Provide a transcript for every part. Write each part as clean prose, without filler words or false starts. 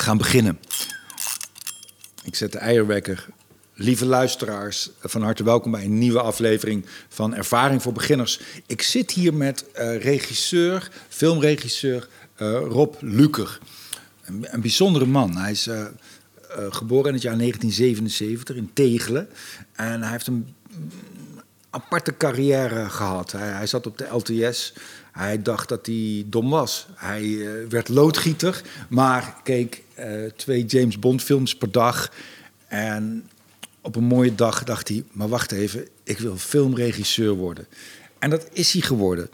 gaan beginnen. Ik zet de eierwekker. Lieve luisteraars, van harte welkom bij een nieuwe aflevering van Ervaring voor Beginners. Ik zit hier met filmregisseur Rob Luker. Een bijzondere man. Hij is geboren in het jaar 1977 in Tegelen. En hij heeft een aparte carrière gehad. Hij zat op de LTS. Hij dacht dat hij dom was. Hij werd loodgieter, maar keek 2 James Bond films per dag. En op een mooie dag dacht hij, maar wacht even, ik wil filmregisseur worden. En dat is hij geworden.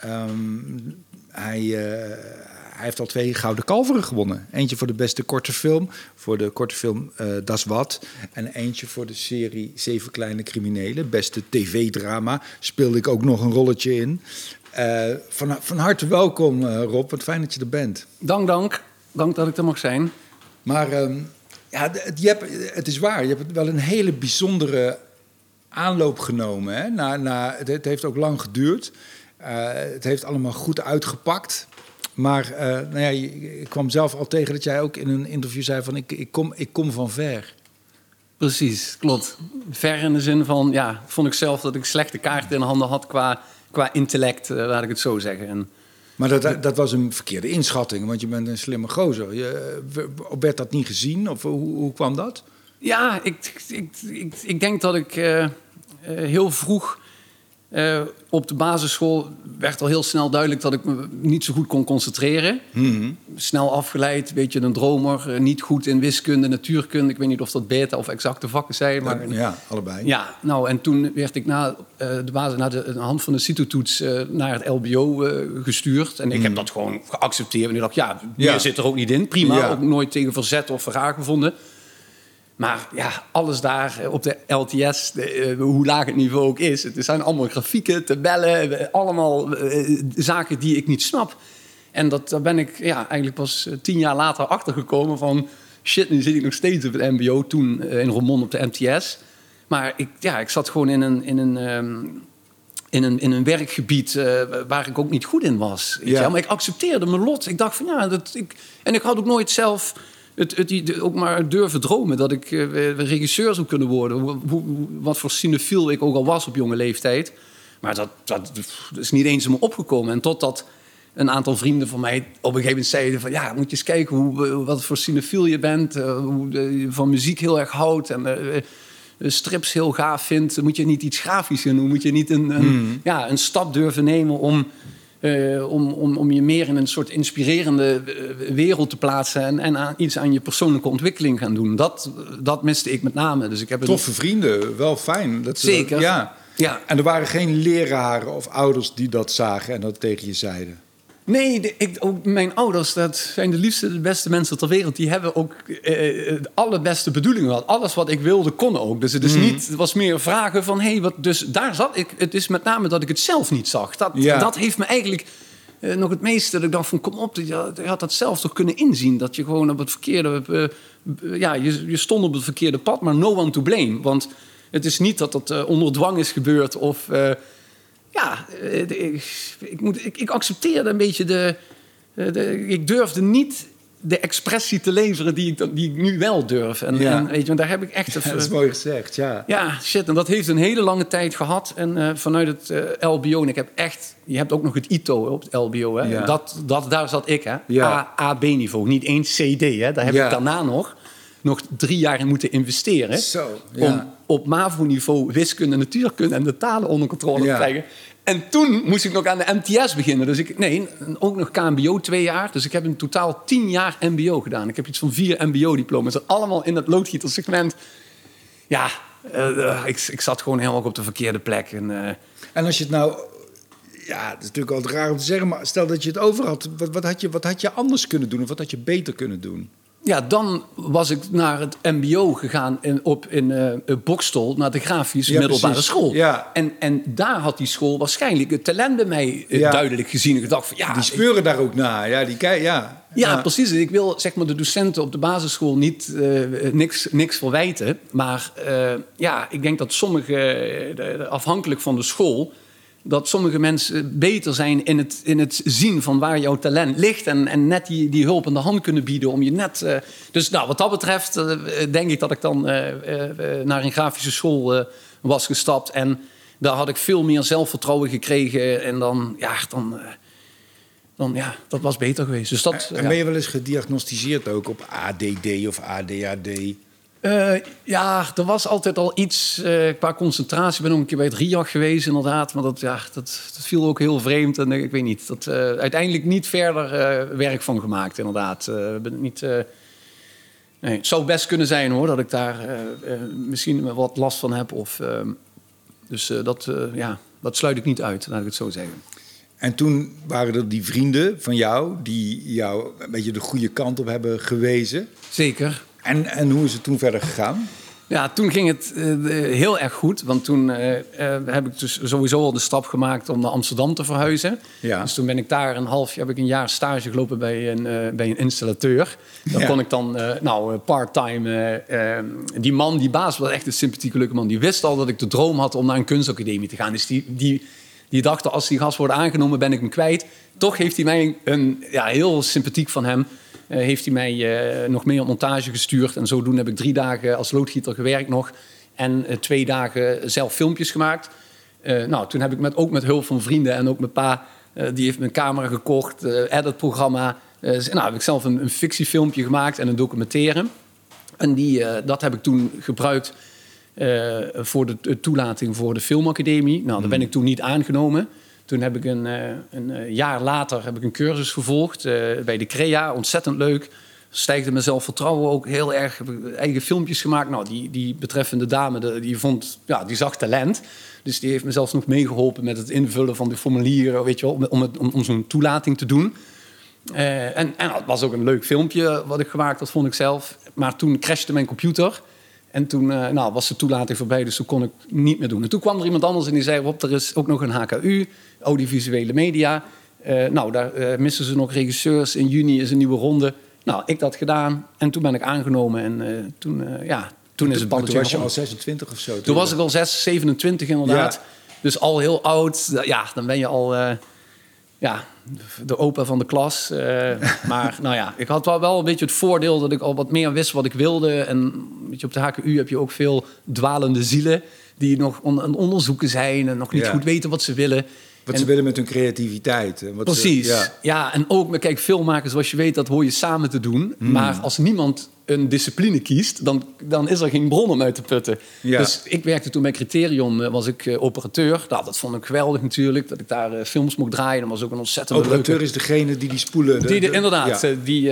Hij heeft al 2 Gouden Kalveren gewonnen. Eentje voor de beste korte film, voor de korte film Das Wat. En eentje voor de serie 7 Kleine Criminelen. Beste tv-drama, speelde ik ook nog een rolletje in. Van harte welkom, Rob. Wat fijn dat je er bent. Dank. Dank dat ik er mag zijn. Maar het is waar, je hebt wel een hele bijzondere aanloop genomen. Hè? Het heeft ook lang geduurd. Het heeft allemaal goed uitgepakt. Maar ik kwam zelf al tegen dat jij ook in een interview zei van ik kom van ver. Precies, klopt. Ver in de zin van, vond ik zelf dat ik slechte kaarten in handen had qua intellect, laat ik het zo zeggen. Maar dat was een verkeerde inschatting, want je bent een slimme gozer. Werd dat niet gezien of hoe kwam dat? Ja, ik denk dat ik heel vroeg op de basisschool werd al heel snel duidelijk dat ik me niet zo goed kon concentreren. Mm-hmm. Snel afgeleid, een beetje een dromer, niet goed in wiskunde, natuurkunde. Ik weet niet of dat beta of exacte vakken zijn. Maar ja, allebei. Ja, en toen werd ik na de hand van de CITO-toets naar het LBO gestuurd. En ik heb dat gewoon geaccepteerd. En ik dacht, meer zit er ook niet in. Prima, ook nooit tegen verzet of verraad gevonden. Maar alles daar op de LTS, hoe laag het niveau ook is. Het zijn allemaal grafieken, tabellen, allemaal zaken die ik niet snap. En daar ben ik eigenlijk pas 10 jaar later achtergekomen van... shit, nu zit ik nog steeds op het mbo, toen in Roermond op de MTS. Maar ik zat gewoon in een werkgebied waar ik ook niet goed in was. Maar ik accepteerde mijn lot. Ik dacht van en ik had ook nooit zelf... ook maar durven dromen dat ik regisseur zou kunnen worden. Wat voor cinefiel ik ook al was op jonge leeftijd. Maar dat is niet eens in me opgekomen. En totdat een aantal vrienden van mij op een gegeven moment zeiden van... moet je eens kijken wat voor cinefiel je bent. Hoe je van muziek heel erg houdt. En strips heel gaaf vindt. Moet je niet iets grafisch doen? Moet je niet een stap durven nemen om je meer in een soort inspirerende wereld te plaatsen... en iets aan je persoonlijke ontwikkeling gaan doen. Dat miste ik met name. Dus ik heb toffe vrienden, wel fijn. Zeker. Ja. En er waren geen leraren of ouders die dat zagen en dat tegen je zeiden? Nee, ook mijn ouders, dat zijn de liefste, de beste mensen ter wereld. Die hebben ook de allerbeste bedoelingen gehad. Alles wat ik wilde, kon ook. Dus het is niet, het was meer vragen van... dus daar zat ik. Het is met name dat ik het zelf niet zag. Dat heeft me eigenlijk nog het meeste... Dat ik dacht van, kom op, je had dat zelf toch kunnen inzien. Dat je gewoon op het verkeerde... je stond op het verkeerde pad, maar no one to blame. Want het is niet dat dat onder dwang is gebeurd of... ik accepteerde een beetje ik durfde niet de expressie te leveren die ik nu wel durf. En weet je, daar heb ik echt... Dat is mooi gezegd, ja. Ja, shit. En dat heeft een hele lange tijd gehad. En vanuit het LBO... En ik heb echt... Je hebt ook nog het ITO op het LBO, hè. Ja. Daar zat ik, hè. Ja. A-B-niveau. Niet eens CD, hè. Daar heb ik daarna nog 3 jaar in moeten investeren. Om op MAVO-niveau wiskunde, natuurkunde en de talen onder controle te krijgen. En toen moest ik nog aan de MTS beginnen. Dus ook nog KMBO 2 jaar. Dus ik heb in totaal 10 jaar MBO gedaan. Ik heb iets van 4 MBO-diploma's. Allemaal in het loodgietersegment. Ik zat gewoon helemaal op de verkeerde plek. En als je het nou... Ja, het is natuurlijk altijd raar om te zeggen... maar stel dat je het over had. Wat had je anders kunnen doen? Of wat had je beter kunnen doen? Ja, dan was ik naar het mbo gegaan in Boxtel... naar de grafische middelbare school. Ja. En daar had die school waarschijnlijk het talent bij mij duidelijk gezien. Ik dacht van, die speuren daar ook naar. Ja, precies. Ik wil zeg maar de docenten op de basisschool niet niks verwijten. Maar ik denk dat sommigen, afhankelijk van de school... dat sommige mensen beter zijn in het zien van waar jouw talent ligt. En net die hulp in de hand kunnen bieden om je net... Dus nou, wat dat betreft denk ik dat ik dan naar een grafische school was gestapt. En daar had ik veel meer zelfvertrouwen gekregen. En dan dat was beter geweest. Dus dat, en ben je wel eens gediagnosticeerd ook op ADD of ADHD? Ja, er was altijd al iets qua concentratie. Ik ben ook een keer bij het RIAG geweest, inderdaad. Maar dat viel ook heel vreemd. En ik weet niet, uiteindelijk niet verder werk van gemaakt, inderdaad. Ben niet, nee, het zou best kunnen zijn, hoor, dat ik daar misschien wat last van heb. Dus dat sluit ik niet uit, laat ik het zo zeggen. En toen waren er die vrienden van jou die jou een beetje de goede kant op hebben gewezen. Zeker. En hoe is het toen verder gegaan? Ja, toen ging het heel erg goed. Want toen heb ik dus sowieso al de stap gemaakt om naar Amsterdam te verhuizen. Ja. Dus toen ben ik daar heb ik een jaar stage gelopen bij een installateur. Daar kon ik dan part-time... die man, die baas, was echt een sympathieke leuke man. Die wist al dat ik de droom had om naar een kunstacademie te gaan. Dus die dacht, als die gast wordt aangenomen, ben ik hem kwijt. Toch heeft hij mij heel sympathiek van hem... heeft hij mij nog mee op montage gestuurd. En zodoende heb ik 3 dagen als loodgieter gewerkt nog. En 2 dagen zelf filmpjes gemaakt. Toen heb ik ook met hulp van vrienden en ook mijn pa... die heeft mijn camera gekocht, editprogramma. Heb ik zelf een fictiefilmpje gemaakt en een documentaire. En dat heb ik toen gebruikt voor de toelating voor de filmacademie. Daar ben ik toen niet aangenomen... Toen heb ik een jaar later een cursus gevolgd bij de CREA. Ontzettend leuk. Stijgde mijn zelfvertrouwen ook heel erg. Heb ik eigen filmpjes gemaakt. Die betreffende dame, die zag talent. Dus die heeft me zelfs nog meegeholpen met het invullen van de formulieren. Weet je wel, om zo'n toelating te doen. En dat was ook een leuk filmpje wat ik gemaakt had, vond ik zelf. Maar toen crashte mijn computer... En toen was de toelating voorbij, dus toen kon ik niet meer doen. En toen kwam er iemand anders en die zei... Rob, er is ook nog een HKU, audiovisuele media. Daar missen ze nog regisseurs. In juni is een nieuwe ronde. Ik dat gedaan en toen ben ik aangenomen. En toen is het balletje... Toen was je al 26 of zo? Toen was ik al 27 inderdaad. Ja. Dus al heel oud. Ja, dan ben je al... de opa van de klas. Maar ik had wel een beetje het voordeel... dat ik al wat meer wist wat ik wilde. En weet je, op de HKU heb je ook veel dwalende zielen... die nog aan het onderzoeken zijn... en nog niet goed weten wat ze willen. Wat ze willen met hun creativiteit. Precies. En ook, kijk, filmmakers, zoals je weet... dat hoor je samen te doen. Maar als niemand een discipline kiest... dan is er geen bron om uit te putten. Ja. Dus ik werkte toen bij Criterion, was ik operateur. Dat vond ik geweldig natuurlijk, dat ik daar films mocht draaien. Dat was ook een ontzettend operateur leuke... is degene die spoelen... Inderdaad, die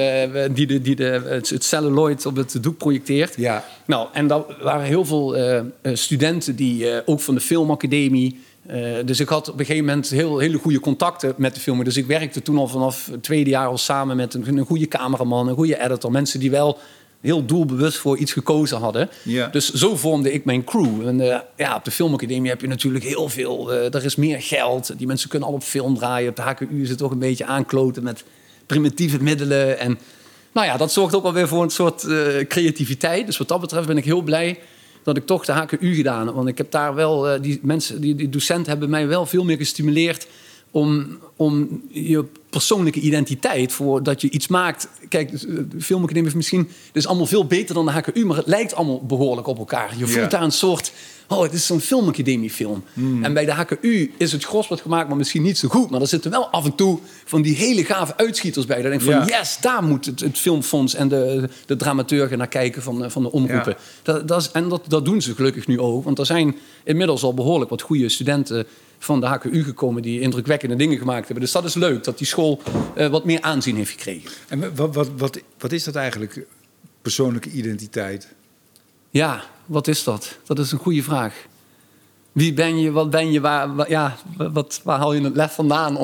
het celluloid op het doek projecteert. Ja. En daar waren heel veel studenten die ook van de filmacademie... Dus ik had op een gegeven moment hele goede contacten met de filmer. Dus ik werkte toen al vanaf het 2e jaar al samen met een goede cameraman, een goede editor. Mensen die wel heel doelbewust voor iets gekozen hadden. Ja. Dus zo vormde ik mijn crew. En op de filmacademie heb je natuurlijk heel veel... er is meer geld. Die mensen kunnen al op film draaien. Op de HKU is het toch een beetje aankloten met primitieve middelen. En dat zorgt ook alweer voor een soort creativiteit. Dus wat dat betreft ben ik heel blij... dat ik toch de HKU gedaan heb. Want ik heb daar wel... die docenten hebben mij wel veel meer gestimuleerd... om je persoonlijke identiteit... voordat je iets maakt... Kijk, de filmacademie is misschien... het is allemaal veel beter dan de HKU... maar het lijkt allemaal behoorlijk op elkaar. Je voelt daar een soort... het is zo'n filmacademiefilm. En bij de HKU is het gros wat gemaakt... maar misschien niet zo goed. Maar er zitten wel af en toe... van die hele gave uitschieters bij. Dan denk ik van, yes, daar moet het filmfonds... en de dramaturgen naar kijken van de omroepen. Ja. Dat doen ze gelukkig nu ook. Want er zijn inmiddels al behoorlijk wat goede studenten... van de HKU gekomen die indrukwekkende dingen gemaakt hebben. Dus dat is leuk, dat die school wat meer aanzien heeft gekregen. En wat is dat eigenlijk, persoonlijke identiteit? Ja, wat is dat? Dat is een goede vraag. Wie ben je, wat ben je, waar haal je het lef vandaan?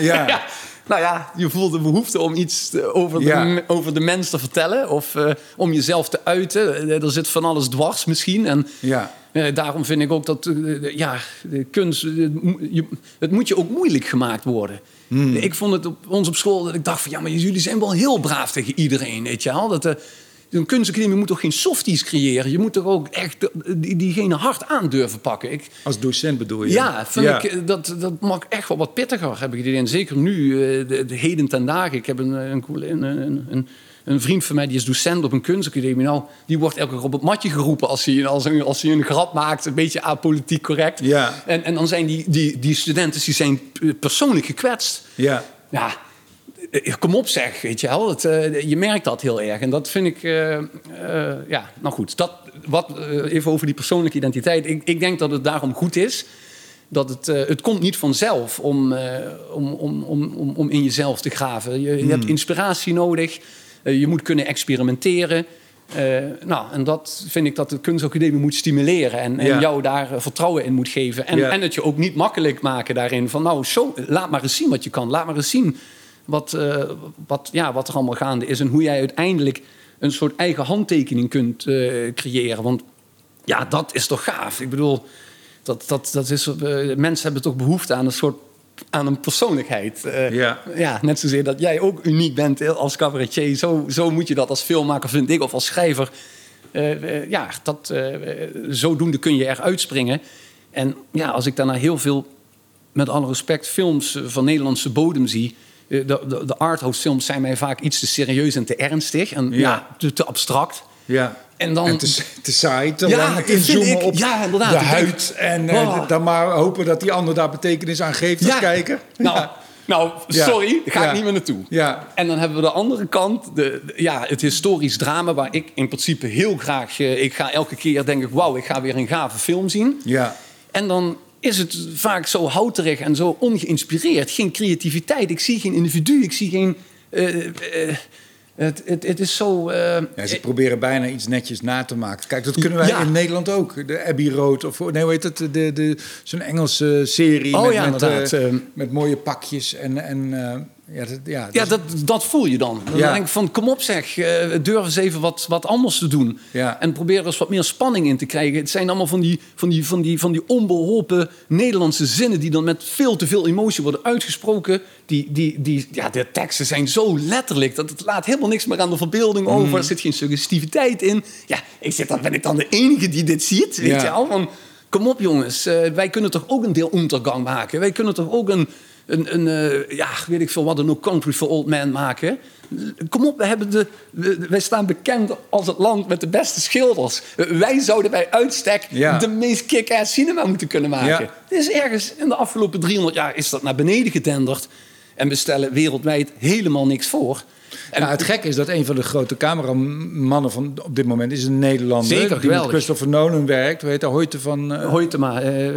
Je voelt de behoefte om iets over de mens te vertellen... of om jezelf te uiten. Er zit van alles dwars misschien. En daarom vind ik ook dat de kunst... het moet je ook moeilijk gemaakt worden. Ik vond het op ons op school dat ik dacht van... maar jullie zijn wel heel braaf tegen iedereen, weet je wel? Een kunstacademie moet toch geen softies creëren? Je moet toch ook echt diegene hard aan durven pakken. Als docent bedoel je? Ja, ik, dat mag echt wel wat pittiger, heb ik het idee. En zeker nu, de heden ten dagen. Ik heb een vriend van mij, die is docent op een kunstacademie. Nou, die wordt elke keer op het matje geroepen als hij een grap maakt. Een beetje apolitiek correct. Ja. En dan zijn die studenten die zijn persoonlijk gekwetst. Ja. Ja, kom op zeg, weet je wel. Je merkt dat heel erg. En dat vind ik... nou goed. Even over die persoonlijke identiteit. Ik denk dat het daarom goed is. Dat het komt niet vanzelf om in jezelf te graven. Je hebt inspiratie nodig. Je moet kunnen experimenteren. En dat vind ik dat de kunstacademie moet stimuleren. En jou daar vertrouwen in moet geven. En het je ook niet makkelijk maken daarin. Van laat maar eens zien wat je kan. Laat maar eens zien wat er allemaal gaande is. En hoe jij uiteindelijk een soort eigen handtekening kunt creëren. Want ja, dat is toch gaaf. Ik bedoel, dat is, mensen hebben toch behoefte aan een persoonlijkheid. Net zozeer dat jij ook uniek bent als cabaretier. Zo moet je dat als filmmaker, vind ik, of als schrijver. Zodoende kun je eruit springen. En ja, als ik daarna heel veel, met alle respect, films van Nederlandse bodem zie. De arthouse films zijn mij vaak iets te serieus en te ernstig. En te abstract. Ja. En te saai, te lang inzoomen op de huid. En dan maar hopen dat die ander daar betekenis aan geeft als kijker. Sorry, daar ga ik niet meer naartoe. Ja. En dan hebben we de andere kant, het historisch drama... waar ik in principe heel graag... ik ga elke keer denk ik, wauw, ik ga weer een gave film zien. Ja. En dan is het vaak zo houterig en zo ongeïnspireerd. Geen creativiteit, ik zie geen individu, ik zie geen... Het is zo... ze proberen bijna iets netjes na te maken. Kijk, dat kunnen wij in Nederland ook. De Abbey Road, of nee, hoe heet het? Zo'n Engelse serie met mooie pakjes. Dat voel je dan. Dan denk ik van, kom op zeg, durf eens even wat anders te doen. Ja. En probeer eens wat meer spanning in te krijgen. Het zijn allemaal van die onbeholpen Nederlandse zinnen... die dan met veel te veel emotie worden uitgesproken. De teksten zijn zo letterlijk. Dat het laat helemaal niks meer aan de verbeelding over. Er zit geen suggestiviteit in. Ja, ben ik dan de enige die dit ziet? Weet je al? Van, kom op jongens, wij kunnen toch ook een deel ondergang maken? Wij kunnen toch ook weet ik veel wat, een No Country for Old Men maken. Kom op, wij staan bekend als het land met de beste schilders. Wij zouden bij uitstek de meest kick-ass cinema moeten kunnen maken. Ja. Dit is ergens in de afgelopen 300 jaar is dat naar beneden gedenderd. En we stellen wereldwijd helemaal niks voor. En het gekke is dat een van de grote cameramannen van op dit moment is een Nederlander. Zeker, die met Christopher Nolan werkt. Weet je, Hoytema.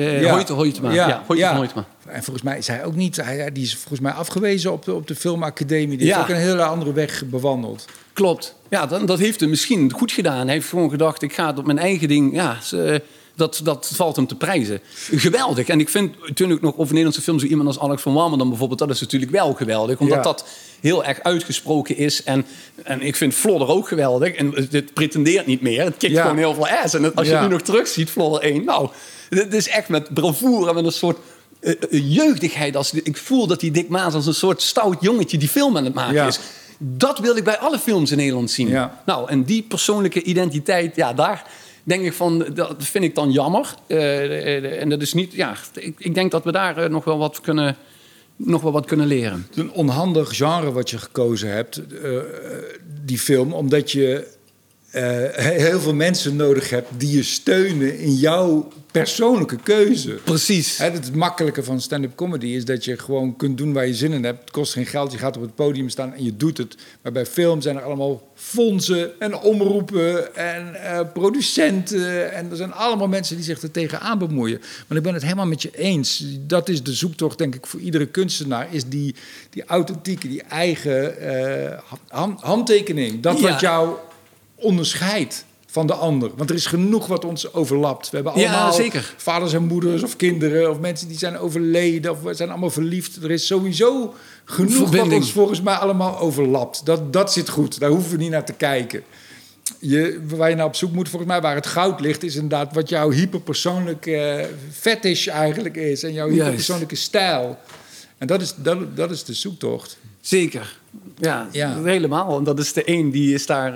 Hoytema. En volgens mij is hij ook niet... Die is volgens mij afgewezen op de filmacademie. Die heeft ook een hele andere weg bewandeld. Klopt. Ja, dat heeft hem misschien goed gedaan. Hij heeft gewoon gedacht, ik ga het op mijn eigen ding... Dat valt hem te prijzen. Geweldig. En ik vind, toen ik nog over Nederlandse films... zo iemand als Alex van Warmerdam bijvoorbeeld... dat is natuurlijk wel geweldig. Omdat dat heel erg uitgesproken is. En ik vind Flodder ook geweldig. En het pretendeert niet meer. Het kikt gewoon heel veel ass. En als je nu nog terugziet, Flodder 1... Nou, het is echt met bravoure en met een soort... jeugdigheid. Ik voel dat die Dick Maas als een soort stout jongetje... die film aan het maken is. Dat wil ik bij alle films in Nederland zien. Ja. Nou, en die persoonlijke identiteit... daar... denk ik van, dat vind ik dan jammer. En dat is niet... Ja, ik denk dat we daar nog wel wat kunnen leren. Het is een onhandig genre wat je gekozen hebt, die film, omdat je heel veel mensen nodig hebt die je steunen in jouw persoonlijke keuze. Precies. Het makkelijke van stand-up comedy is dat je gewoon kunt doen waar je zin in hebt. Het kost geen geld, je gaat op het podium staan en je doet het. Maar bij film zijn er allemaal fondsen en omroepen en producenten. En er zijn allemaal mensen die zich er tegenaan bemoeien. Maar ik ben het helemaal met je eens. Dat is de zoektocht, denk ik, voor iedere kunstenaar. Is die authentieke, die eigen handtekening. Dat wat jou onderscheidt van de ander. Want er is genoeg wat ons overlapt. We hebben allemaal vaders en moeders of kinderen... of mensen die zijn overleden of we zijn allemaal verliefd. Er is sowieso genoeg wat ons volgens mij allemaal overlapt. Dat zit goed. Daar hoeven we niet naar te kijken. Waar je naar op zoek moet, volgens mij, waar het goud ligt... is inderdaad wat jouw hyperpersoonlijke fetish eigenlijk is... en jouw hyperpersoonlijke stijl. En dat is de zoektocht. Zeker. Ja. helemaal. En dat is de een die is daar...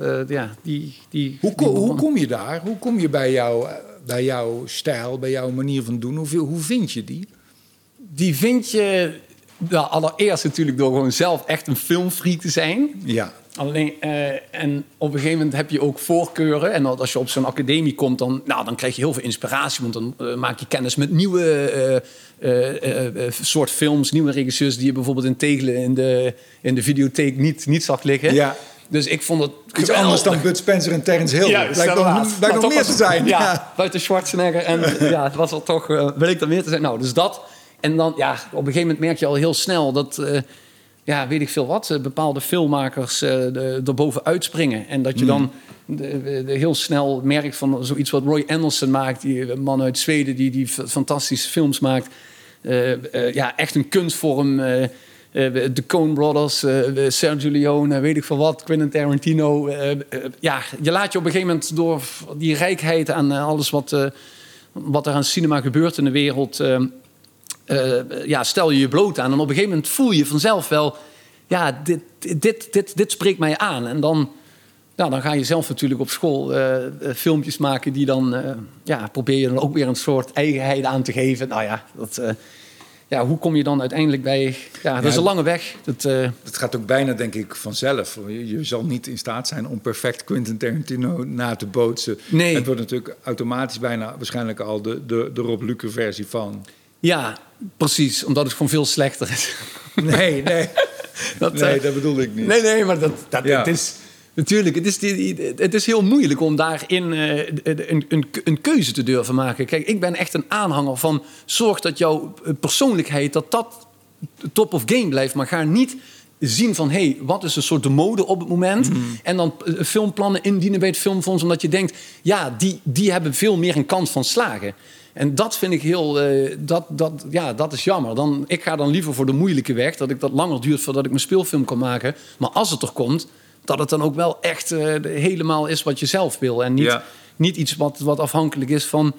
Hoe kom je daar? Hoe kom je bij jouw stijl, bij jouw manier van doen? Hoe vind je die? Die vind je allereerst natuurlijk door gewoon zelf echt een filmfreak te zijn. Ja. Alleen, en op een gegeven moment heb je ook voorkeuren. En als je op zo'n academie komt, dan krijg je heel veel inspiratie. Want dan maak je kennis met nieuwe soort films, nieuwe regisseurs die je bijvoorbeeld in Tegelen in de videotheek niet zag liggen. Ja. Dus ik vond het iets anders dan Bud Spencer en Terence Hill. Ja, blijkt nog meer te zijn. Ja, buiten Schwarzenegger. En het was er toch, wil ik dan meer te zijn. Nou, dus dat. En dan, op een gegeven moment merk je al heel snel dat... weet ik veel wat, bepaalde filmmakers erboven uitspringen. En dat je dan heel snel merkt van zoiets wat Roy Andersson maakt, die man uit Zweden die fantastische films maakt. Echt een kunstvorm. De Coen Brothers, Sergio Leone, weet ik veel wat, Quentin Tarantino. Je laat je op een gegeven moment door die rijkheid aan alles wat er aan cinema gebeurt in de wereld... stel je bloot aan. En op een gegeven moment voel je vanzelf wel... dit spreekt mij aan. En dan ga je zelf natuurlijk op school filmpjes maken... die dan... probeer je dan ook weer een soort eigenheid aan te geven. Hoe kom je dan uiteindelijk bij... dat is een lange weg. Het gaat ook bijna, denk ik, vanzelf. Je zal niet in staat zijn om perfect Quentin Tarantino na te bootsen. Nee. Het wordt natuurlijk automatisch bijna waarschijnlijk al de Rob Luker versie van... Ja, precies. Omdat het gewoon veel slechter is. Nee. Dat bedoelde ik niet. Nee, maar het is... Natuurlijk, het is heel moeilijk om daarin een keuze te durven maken. Kijk, ik ben echt een aanhanger van... zorg dat jouw persoonlijkheid, dat top of game blijft. Maar ga niet zien van, wat is een soort de mode op het moment? Mm. En dan filmplannen indienen bij het filmfonds... omdat je denkt, die hebben veel meer een kans van slagen. En dat vind ik heel... dat is jammer. Ik ga dan liever voor de moeilijke weg... dat langer duurt voordat ik mijn speelfilm kan maken. Maar als het er komt... dat het dan ook wel echt helemaal is wat je zelf wil. En niet iets wat afhankelijk is van...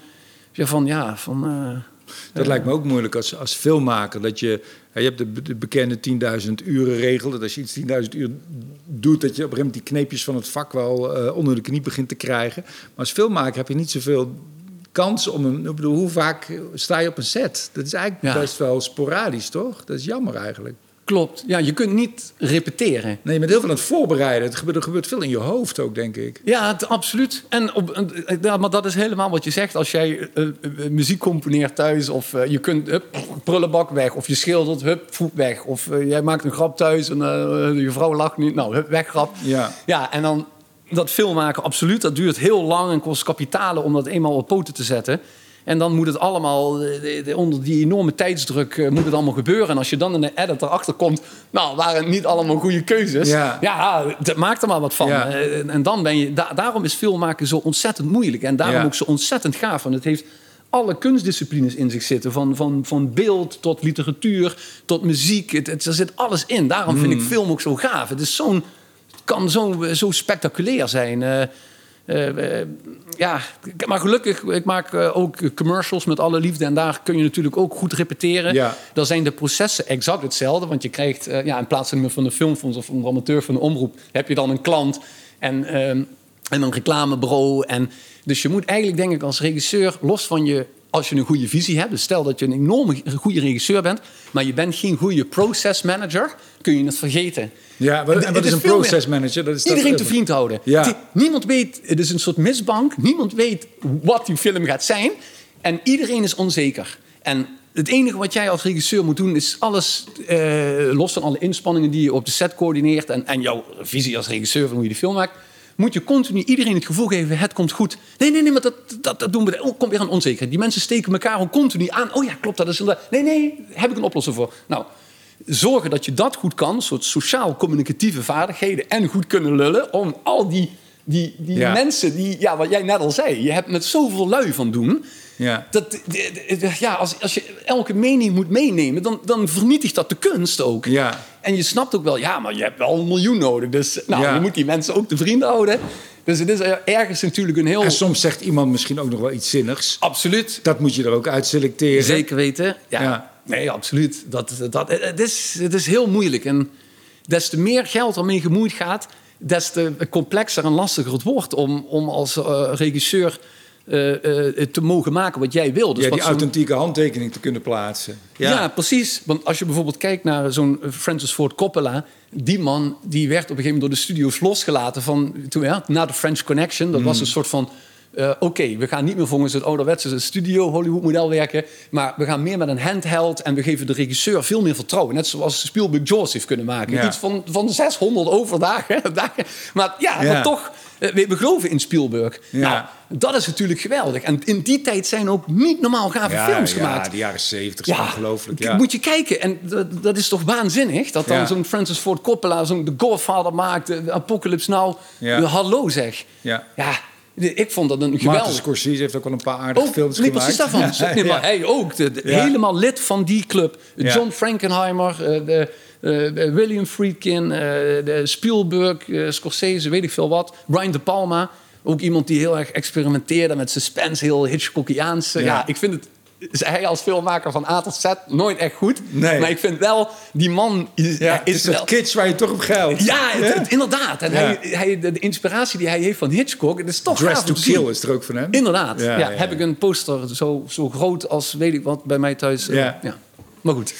Dat lijkt me ook moeilijk als filmmaker. Dat je hebt de bekende 10.000 uren regel. Dat als je iets 10.000 uur doet... dat je op een gegeven moment die kneepjes van het vak wel onder de knie begint te krijgen. Maar als filmmaker heb je niet zoveel kans om... Ik bedoel, hoe vaak sta je op een set? Dat is eigenlijk best wel sporadisch, toch? Dat is jammer eigenlijk. Klopt. Ja, je kunt niet repeteren. Nee, je bent heel veel aan het voorbereiden. Er gebeurt veel in je hoofd ook, denk ik. Ja, absoluut. Maar dat is helemaal wat je zegt. Als jij muziek componeert thuis... of je kunt prullenbak weg... of je schildert, voet weg... of jij maakt een grap thuis en je vrouw lacht niet... nou, weg grap. Ja, en dan dat filmmaken, absoluut. Dat duurt heel lang en kost kapitalen... om dat eenmaal op poten te zetten... En dan moet het allemaal, onder die enorme tijdsdruk, moet het allemaal gebeuren. En als je dan in de edit erachter komt, waren het niet allemaal goede keuzes. Dat maakt er maar wat van. Ja. En dan ben je, daarom is filmmaken zo ontzettend moeilijk. En daarom ook zo ontzettend gaaf. Want het heeft alle kunstdisciplines in zich zitten. Van beeld tot literatuur, tot muziek. Er zit alles in. Daarom vind ik film ook zo gaaf. Het is kan zo spectaculair zijn. Maar gelukkig, ik maak ook commercials met alle liefde... en daar kun je natuurlijk ook goed repeteren. Ja. Dan zijn de processen exact hetzelfde... want je krijgt, in plaats van een filmfonds of een amateur van een omroep... heb je dan een klant en een reclamebureau. Dus je moet eigenlijk, denk ik, als regisseur... los van je, als je een goede visie hebt... dus stel dat je een enorme goede regisseur bent... maar je bent geen goede process manager... kun je het vergeten. Ja, en wat is een process manager? Iedereen te vriend houden. Ja. Niemand weet, het is een soort misbank. Niemand weet wat die film gaat zijn. En iedereen is onzeker. En het enige wat jij als regisseur moet doen... is alles, los van alle inspanningen die je op de set coördineert... en jouw visie als regisseur van hoe je die film maakt... moet je continu iedereen het gevoel geven... het komt goed. Nee, maar dat doen we. Oh, komt weer een onzekerheid. Die mensen steken elkaar ook continu aan. Oh ja, klopt, dat is... Nee, heb ik een oplossing voor. Nou... Zorgen dat je dat goed kan, een soort sociaal-communicatieve vaardigheden... en goed kunnen lullen om al die mensen, wat jij net al zei... je hebt met zoveel lui van doen... Ja. Als je elke mening moet meenemen... dan vernietigt dat de kunst ook. Ja. En je snapt ook wel, maar je hebt wel 1 miljoen nodig. Dus je moet die mensen ook te vrienden houden... Dus het is ergens natuurlijk een heel... En soms zegt iemand misschien ook nog wel iets zinnigs. Absoluut. Dat moet je er ook uit selecteren. Zeker weten, ja. Nee, absoluut. Het is heel moeilijk. En des te meer geld ermee gemoeid gaat, des te complexer en lastiger het wordt om als regisseur te mogen maken wat jij wil. Dus die authentieke handtekening te kunnen plaatsen. Ja, precies. Want als je bijvoorbeeld kijkt naar zo'n Francis Ford Coppola, die man die werd op een gegeven moment door de studio's losgelaten na de French Connection. Dat was een soort van oké, we gaan niet meer volgens het ouderwetse studio Hollywood-model werken, maar we gaan meer met een handheld en we geven de regisseur veel meer vertrouwen. Net zoals Spielberg Jaws heeft kunnen maken. Ja. Iets van 600 overdagen. Maar toch, we geloven in Spielberg. Ja. Nou, dat is natuurlijk geweldig. En in die tijd zijn ook niet normaal gave films gemaakt. Ja, de jaren 70 is ongelooflijk. Ja. Moet je kijken. En dat is toch waanzinnig? Dat dan zo'n Francis Ford Coppola zo'n The Godfather maakt, de Apocalypse Now. Hallo zeg. Ja. Ik vond dat een geweldig... Martin Scorsese heeft ook wel een paar aardige films gemaakt. Precies daarvan. Maar hij ook. Helemaal lid van die club. John Frankenheimer, William Friedkin, Spielberg, Scorsese, weet ik veel wat. Brian De Palma. Ook iemand die heel erg experimenteerde met suspense, heel Hitchcockiaans. Ja, ik vind het... Hij als filmmaker van A tot Z nooit echt goed. Nee. Maar ik vind wel, die man... het is wel kitsch waar je toch op geldt. Ja, inderdaad. En de inspiratie die hij heeft van Hitchcock... Het is toch Dress to Kill is er ook van hem. Inderdaad. Heb ik een poster zo groot als weet ik wat bij mij thuis. Maar goed.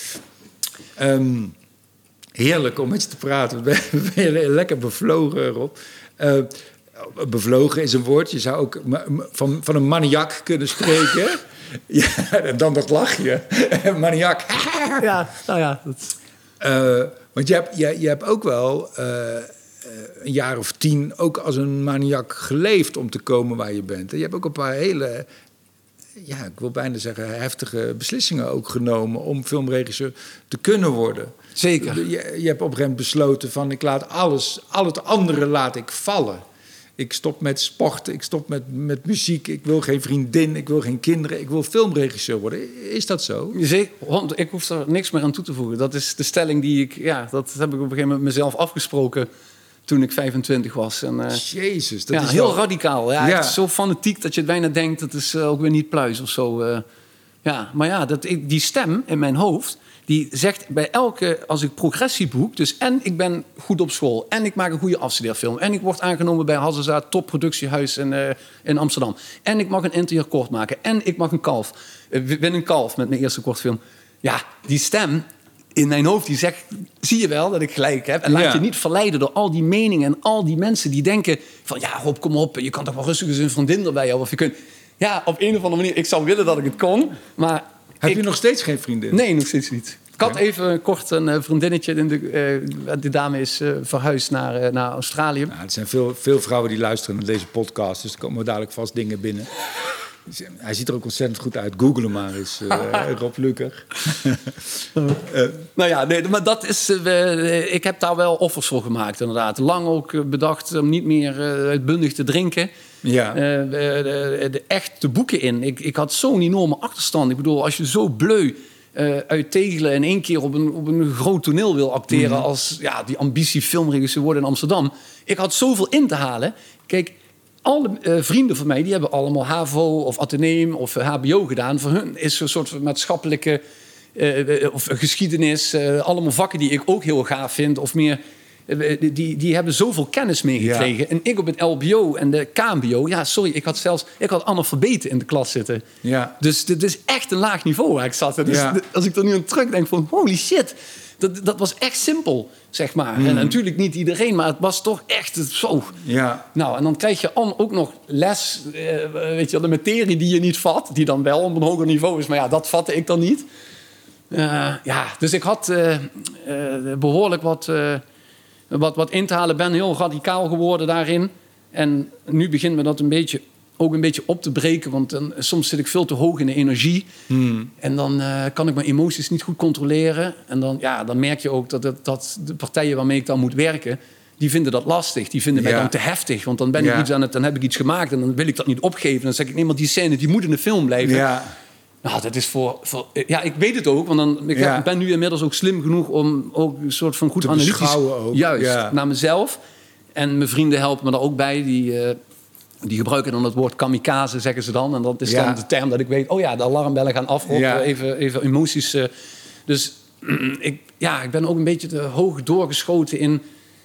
Heerlijk om met je te praten. Ben je lekker bevlogen, Rob. Bevlogen is een woord. Je zou ook van een maniak kunnen spreken... Ja, en dan dat lachje. Maniak. Ja, nou ja. Want je hebt ook wel een jaar of 10 ook als een maniak geleefd om te komen waar je bent. En je hebt ook een paar hele, ik wil bijna zeggen, heftige beslissingen ook genomen om filmregisseur te kunnen worden. Zeker. Je hebt op een gegeven moment besloten van ik laat al het andere laat ik vallen. Ik stop met sport, ik stop met muziek. Ik wil geen vriendin, ik wil geen kinderen. Ik wil filmregisseur worden. Is dat zo? Zeker, want ik hoef er niks meer aan toe te voegen. Dat is de stelling die dat heb ik op een gegeven moment mezelf afgesproken toen ik 25 was. En, Jezus, dat is heel wel... radicaal. Ja, echt zo fanatiek dat je het bijna denkt, dat is ook weer niet pluis of zo. Maar die stem in mijn hoofd, die zegt bij als ik progressie boek, dus en ik ben goed op school, en ik maak een goede afstudeerfilm, en ik word aangenomen bij Hazeza, topproductiehuis in Amsterdam, en ik mag een interieur kort maken, en ik mag een kalf, win een kalf met mijn eerste kortfilm. Ja, die stem in mijn hoofd die zegt, zie je wel dat ik gelijk heb? En laat je niet verleiden door al die meningen en al die mensen die denken van, Rob, kom op, je kan toch wel rustig eens een vriendin erbij hebben, of je kunt... Ja, op een of andere manier, ik zou willen dat ik het kon, maar... Heb je nog steeds geen vriendin? Nee, nog steeds niet. Ik had even kort een vriendinnetje. De dame is verhuisd naar Australië. Nou, er zijn veel vrouwen die luisteren naar deze podcast. Dus er komen dadelijk vast dingen binnen. Hij ziet er ook ontzettend goed uit. Google hem maar eens, Rob Luker. Maar dat is... ik heb daar wel offers voor gemaakt, inderdaad. Lang ook bedacht om niet meer uitbundig te drinken. Ja. Echt de boeken in. Ik had zo'n enorme achterstand. Ik bedoel, als je zo bleu... uit Tegelen in één keer op een groot toneel wil acteren... als die ambitie filmregisseur worden in Amsterdam. Ik had zoveel in te halen. Kijk, alle vrienden van mij... die hebben allemaal HAVO of Atheneum of HBO gedaan. Voor hun is een soort maatschappelijke... of geschiedenis... allemaal vakken die ik ook heel gaaf vind... of meer... Die hebben zoveel kennis meegekregen. Ja. En ik op het LBO en de KMBO... ik had analfabeten in de klas zitten. Ja. Dus dit is echt een laag niveau waar ik zat. Dus als ik er nu aan terugdenk van... holy shit, dat was echt simpel, zeg maar. En natuurlijk niet iedereen, maar het was toch echt zo. Ja. Nou, en dan krijg je ook nog les... weet je, de materie die je niet vat... die dan wel op een hoger niveau is. Maar dat vatte ik dan niet. Dus ik had behoorlijk wat in te halen, ben heel radicaal geworden daarin. En nu begint me dat een beetje op te breken. Want soms zit ik veel te hoog in de energie. En dan kan ik mijn emoties niet goed controleren. En dan merk je ook dat de partijen waarmee ik dan moet werken... die vinden dat lastig. Die vinden mij dan te heftig. Want dan ben ik dan heb ik iets gemaakt en dan wil ik dat niet opgeven. Dan zeg ik, nee, maar die scène die moet in de film blijven. Ja. Nou, dat is voor ik weet het ook, want ik ben nu inmiddels ook slim genoeg om ook een soort van goed analytisch... Ook. Juist, naar mezelf. En mijn vrienden helpen me daar ook bij. Die gebruiken dan het woord kamikaze, zeggen ze dan. En dat is dan de term dat ik weet, de alarmbellen gaan af. Ja. Even emoties. Dus ja, ik ben ook een beetje te hoog doorgeschoten in...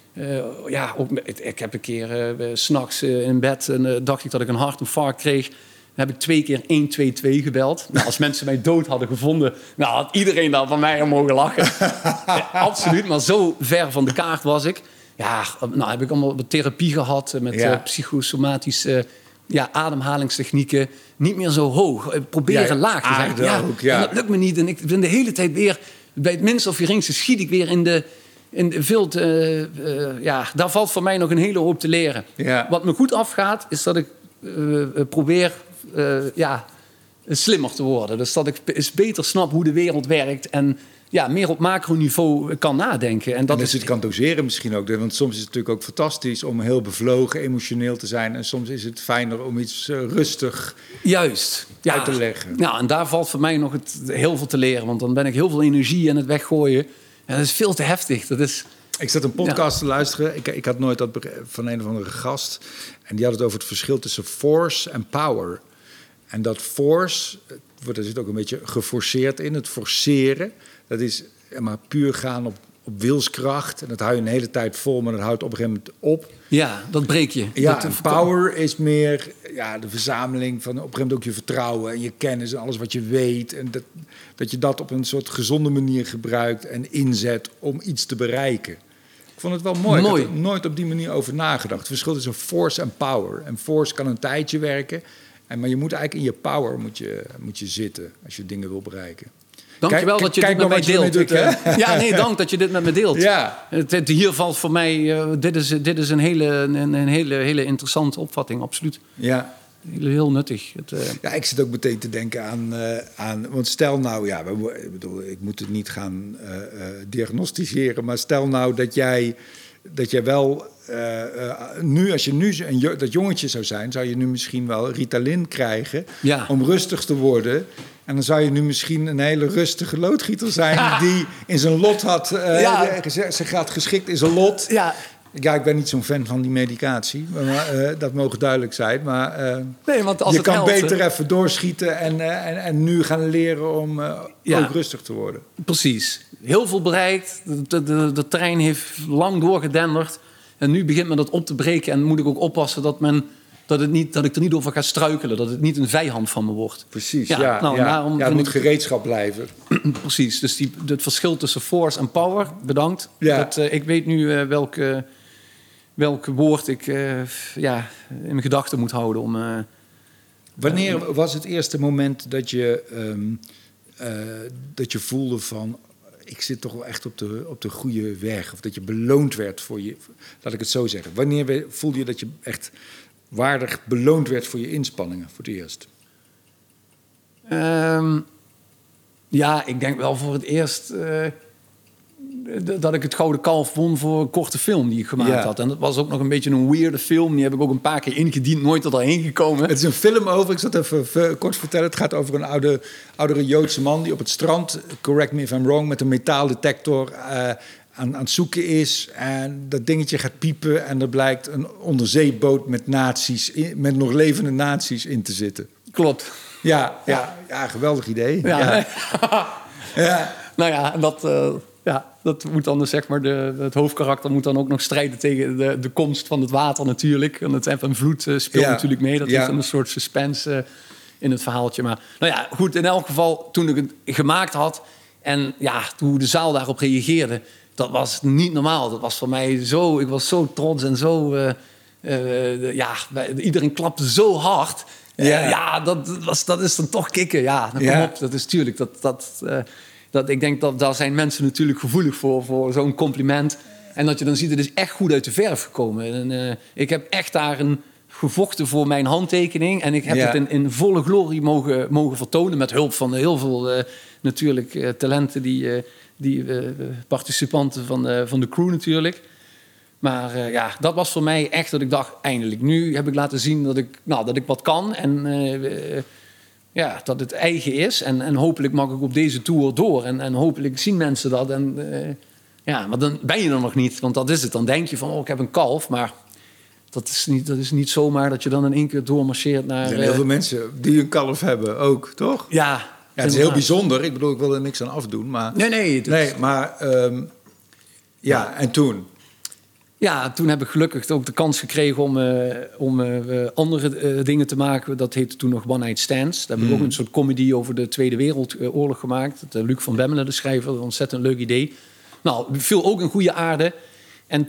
ik heb een keer 's nachts in bed en dacht ik dat ik een hartinfarct kreeg. Dan heb ik 2 keer 112 gebeld. Nou, als mensen mij dood hadden gevonden, nou, had iedereen daar van mij aan mogen lachen. Absoluut, maar zo ver van de kaart was ik. Ja, nou heb ik allemaal therapie gehad met psychosomatische ademhalingstechnieken. Niet meer zo hoog. Proberen laag te zijn. En dat lukt me niet. En ik ben de hele tijd weer, bij het minste of geringste schiet ik weer in de veel daar valt voor mij nog een hele hoop te leren. Ja. Wat me goed afgaat, is dat ik probeer slimmer te worden. Dus dat ik eens beter snap hoe de wereld werkt en meer op macroniveau kan nadenken. En dat je het kan doseren misschien ook. Want soms is het natuurlijk ook fantastisch om heel bevlogen, emotioneel te zijn. En soms is het fijner om iets rustig uit te leggen. Ja, en daar valt voor mij nog heel veel te leren. Want dan ben ik heel veel energie aan het weggooien. En dat is veel te heftig. Ik zat een podcast te luisteren. Ik had nooit dat van een of andere gast. En die had het over het verschil tussen force en power. En dat force, er zit ook een beetje geforceerd in. Het forceren, dat is maar puur gaan op wilskracht. En dat hou je een hele tijd vol, maar dat houdt op een gegeven moment op. Ja, dat breek je. Ja, power is meer de verzameling van op een gegeven moment ook je vertrouwen en je kennis en alles wat je weet. En dat je dat op een soort gezonde manier gebruikt en inzet om iets te bereiken. Ik vond het wel mooi. Ik had er nooit op die manier over nagedacht. Het verschil tussen force en power. En force kan een tijdje werken, maar je moet eigenlijk in je power moet je zitten als je dingen wil bereiken. Dankjewel dat je dit met mij deelt. Dank dat je dit met me deelt. Ja. Hier valt voor mij, dit is een hele interessante opvatting, absoluut. Ja. Heel nuttig. Ik zit ook meteen te denken aan want stel nou, ik moet het niet gaan diagnosticeren, maar stel nou dat jij wel nu, als je nu dat jongetje zou zijn, zou je nu misschien wel Ritalin krijgen om rustig te worden. En dan zou je nu misschien een hele rustige loodgieter zijn die in zijn lot had, zich had geschikt in zijn lot. Ja, ik ben niet zo'n fan van die medicatie, maar dat mogen duidelijk zijn. Maar want als je kan beter even doorschieten en nu gaan leren om ook rustig te worden. Precies. Heel veel bereikt. De trein heeft lang doorgedenderd. En nu begint men dat op te breken. En moet ik ook oppassen dat ik er niet over ga struikelen. Dat het niet een vijand van me wordt. Precies, daarom het moet gereedschap blijven. Precies, dus het verschil tussen force en power, bedankt. Ja. Ik weet nu welk woord ik in mijn gedachten moet houden. Wanneer was het eerste moment dat je voelde van, ik zit toch wel echt op de goede weg? Of dat je beloond werd voor je, laat ik het zo zeggen. Wanneer voelde je dat je echt waardig beloond werd voor je inspanningen voor het eerst? Ik denk wel voor het eerst dat ik het Gouden Kalf won voor een korte film die ik gemaakt had. En dat was ook nog een beetje een weirde film. Die heb ik ook een paar keer ingediend, nooit tot erheen gekomen. Het is een film over, ik zal het even kort vertellen. Het gaat over een oudere Joodse man die op het strand, correct me if I'm wrong, met een metaaldetector aan het zoeken is. En dat dingetje gaat piepen en er blijkt een onderzeeboot met nog levende nazi's in te zitten. Klopt. Ja, geweldig idee. Ja. Nou ja, dat moet dan zeg maar het hoofdkarakter moet dan ook nog strijden tegen de komst van het water natuurlijk. En het en vloed speelt natuurlijk mee. Dat is dan een soort suspense in het verhaaltje. Maar goed, in elk geval toen ik het gemaakt had en hoe de zaal daarop reageerde, dat was niet normaal. Dat was voor mij zo, ik was zo trots en zo, iedereen klapte zo hard. Dat is dan toch kicken. Ja, dan kom op, dat is tuurlijk. Dat ik denk dat daar zijn mensen natuurlijk gevoelig voor zo'n compliment. En dat je dan ziet, het is echt goed uit de verf gekomen. En ik heb echt daar gevochten voor mijn handtekening. En ik heb het in volle glorie mogen vertonen. Met hulp van heel veel natuurlijk talenten, die participanten van de crew natuurlijk. Maar dat was voor mij echt dat ik dacht, eindelijk. Nu heb ik laten zien dat ik wat kan. En dat het eigen is. En hopelijk mag ik op deze tour door. En hopelijk zien mensen dat. Maar dan ben je er nog niet. Want dat is het. Dan denk je van, ik heb een kalf. Maar dat is niet zomaar dat je dan in één keer doormarcheert naar... Er zijn heel veel mensen die een kalf hebben ook, toch? Ja, Ja, het is heel bijzonder. Ik bedoel, ik wil er niks aan afdoen. Maar, Nee. Maar en toen? Ja, toen heb ik gelukkig ook de kans gekregen om andere dingen te maken. Dat heette toen nog One Night Stands. Daar heb ik ook een soort comedy over de Tweede Wereldoorlog gemaakt. Luc van Bemmelen, de schrijver, een ontzettend leuk idee. Nou, viel ook een goede aarde. En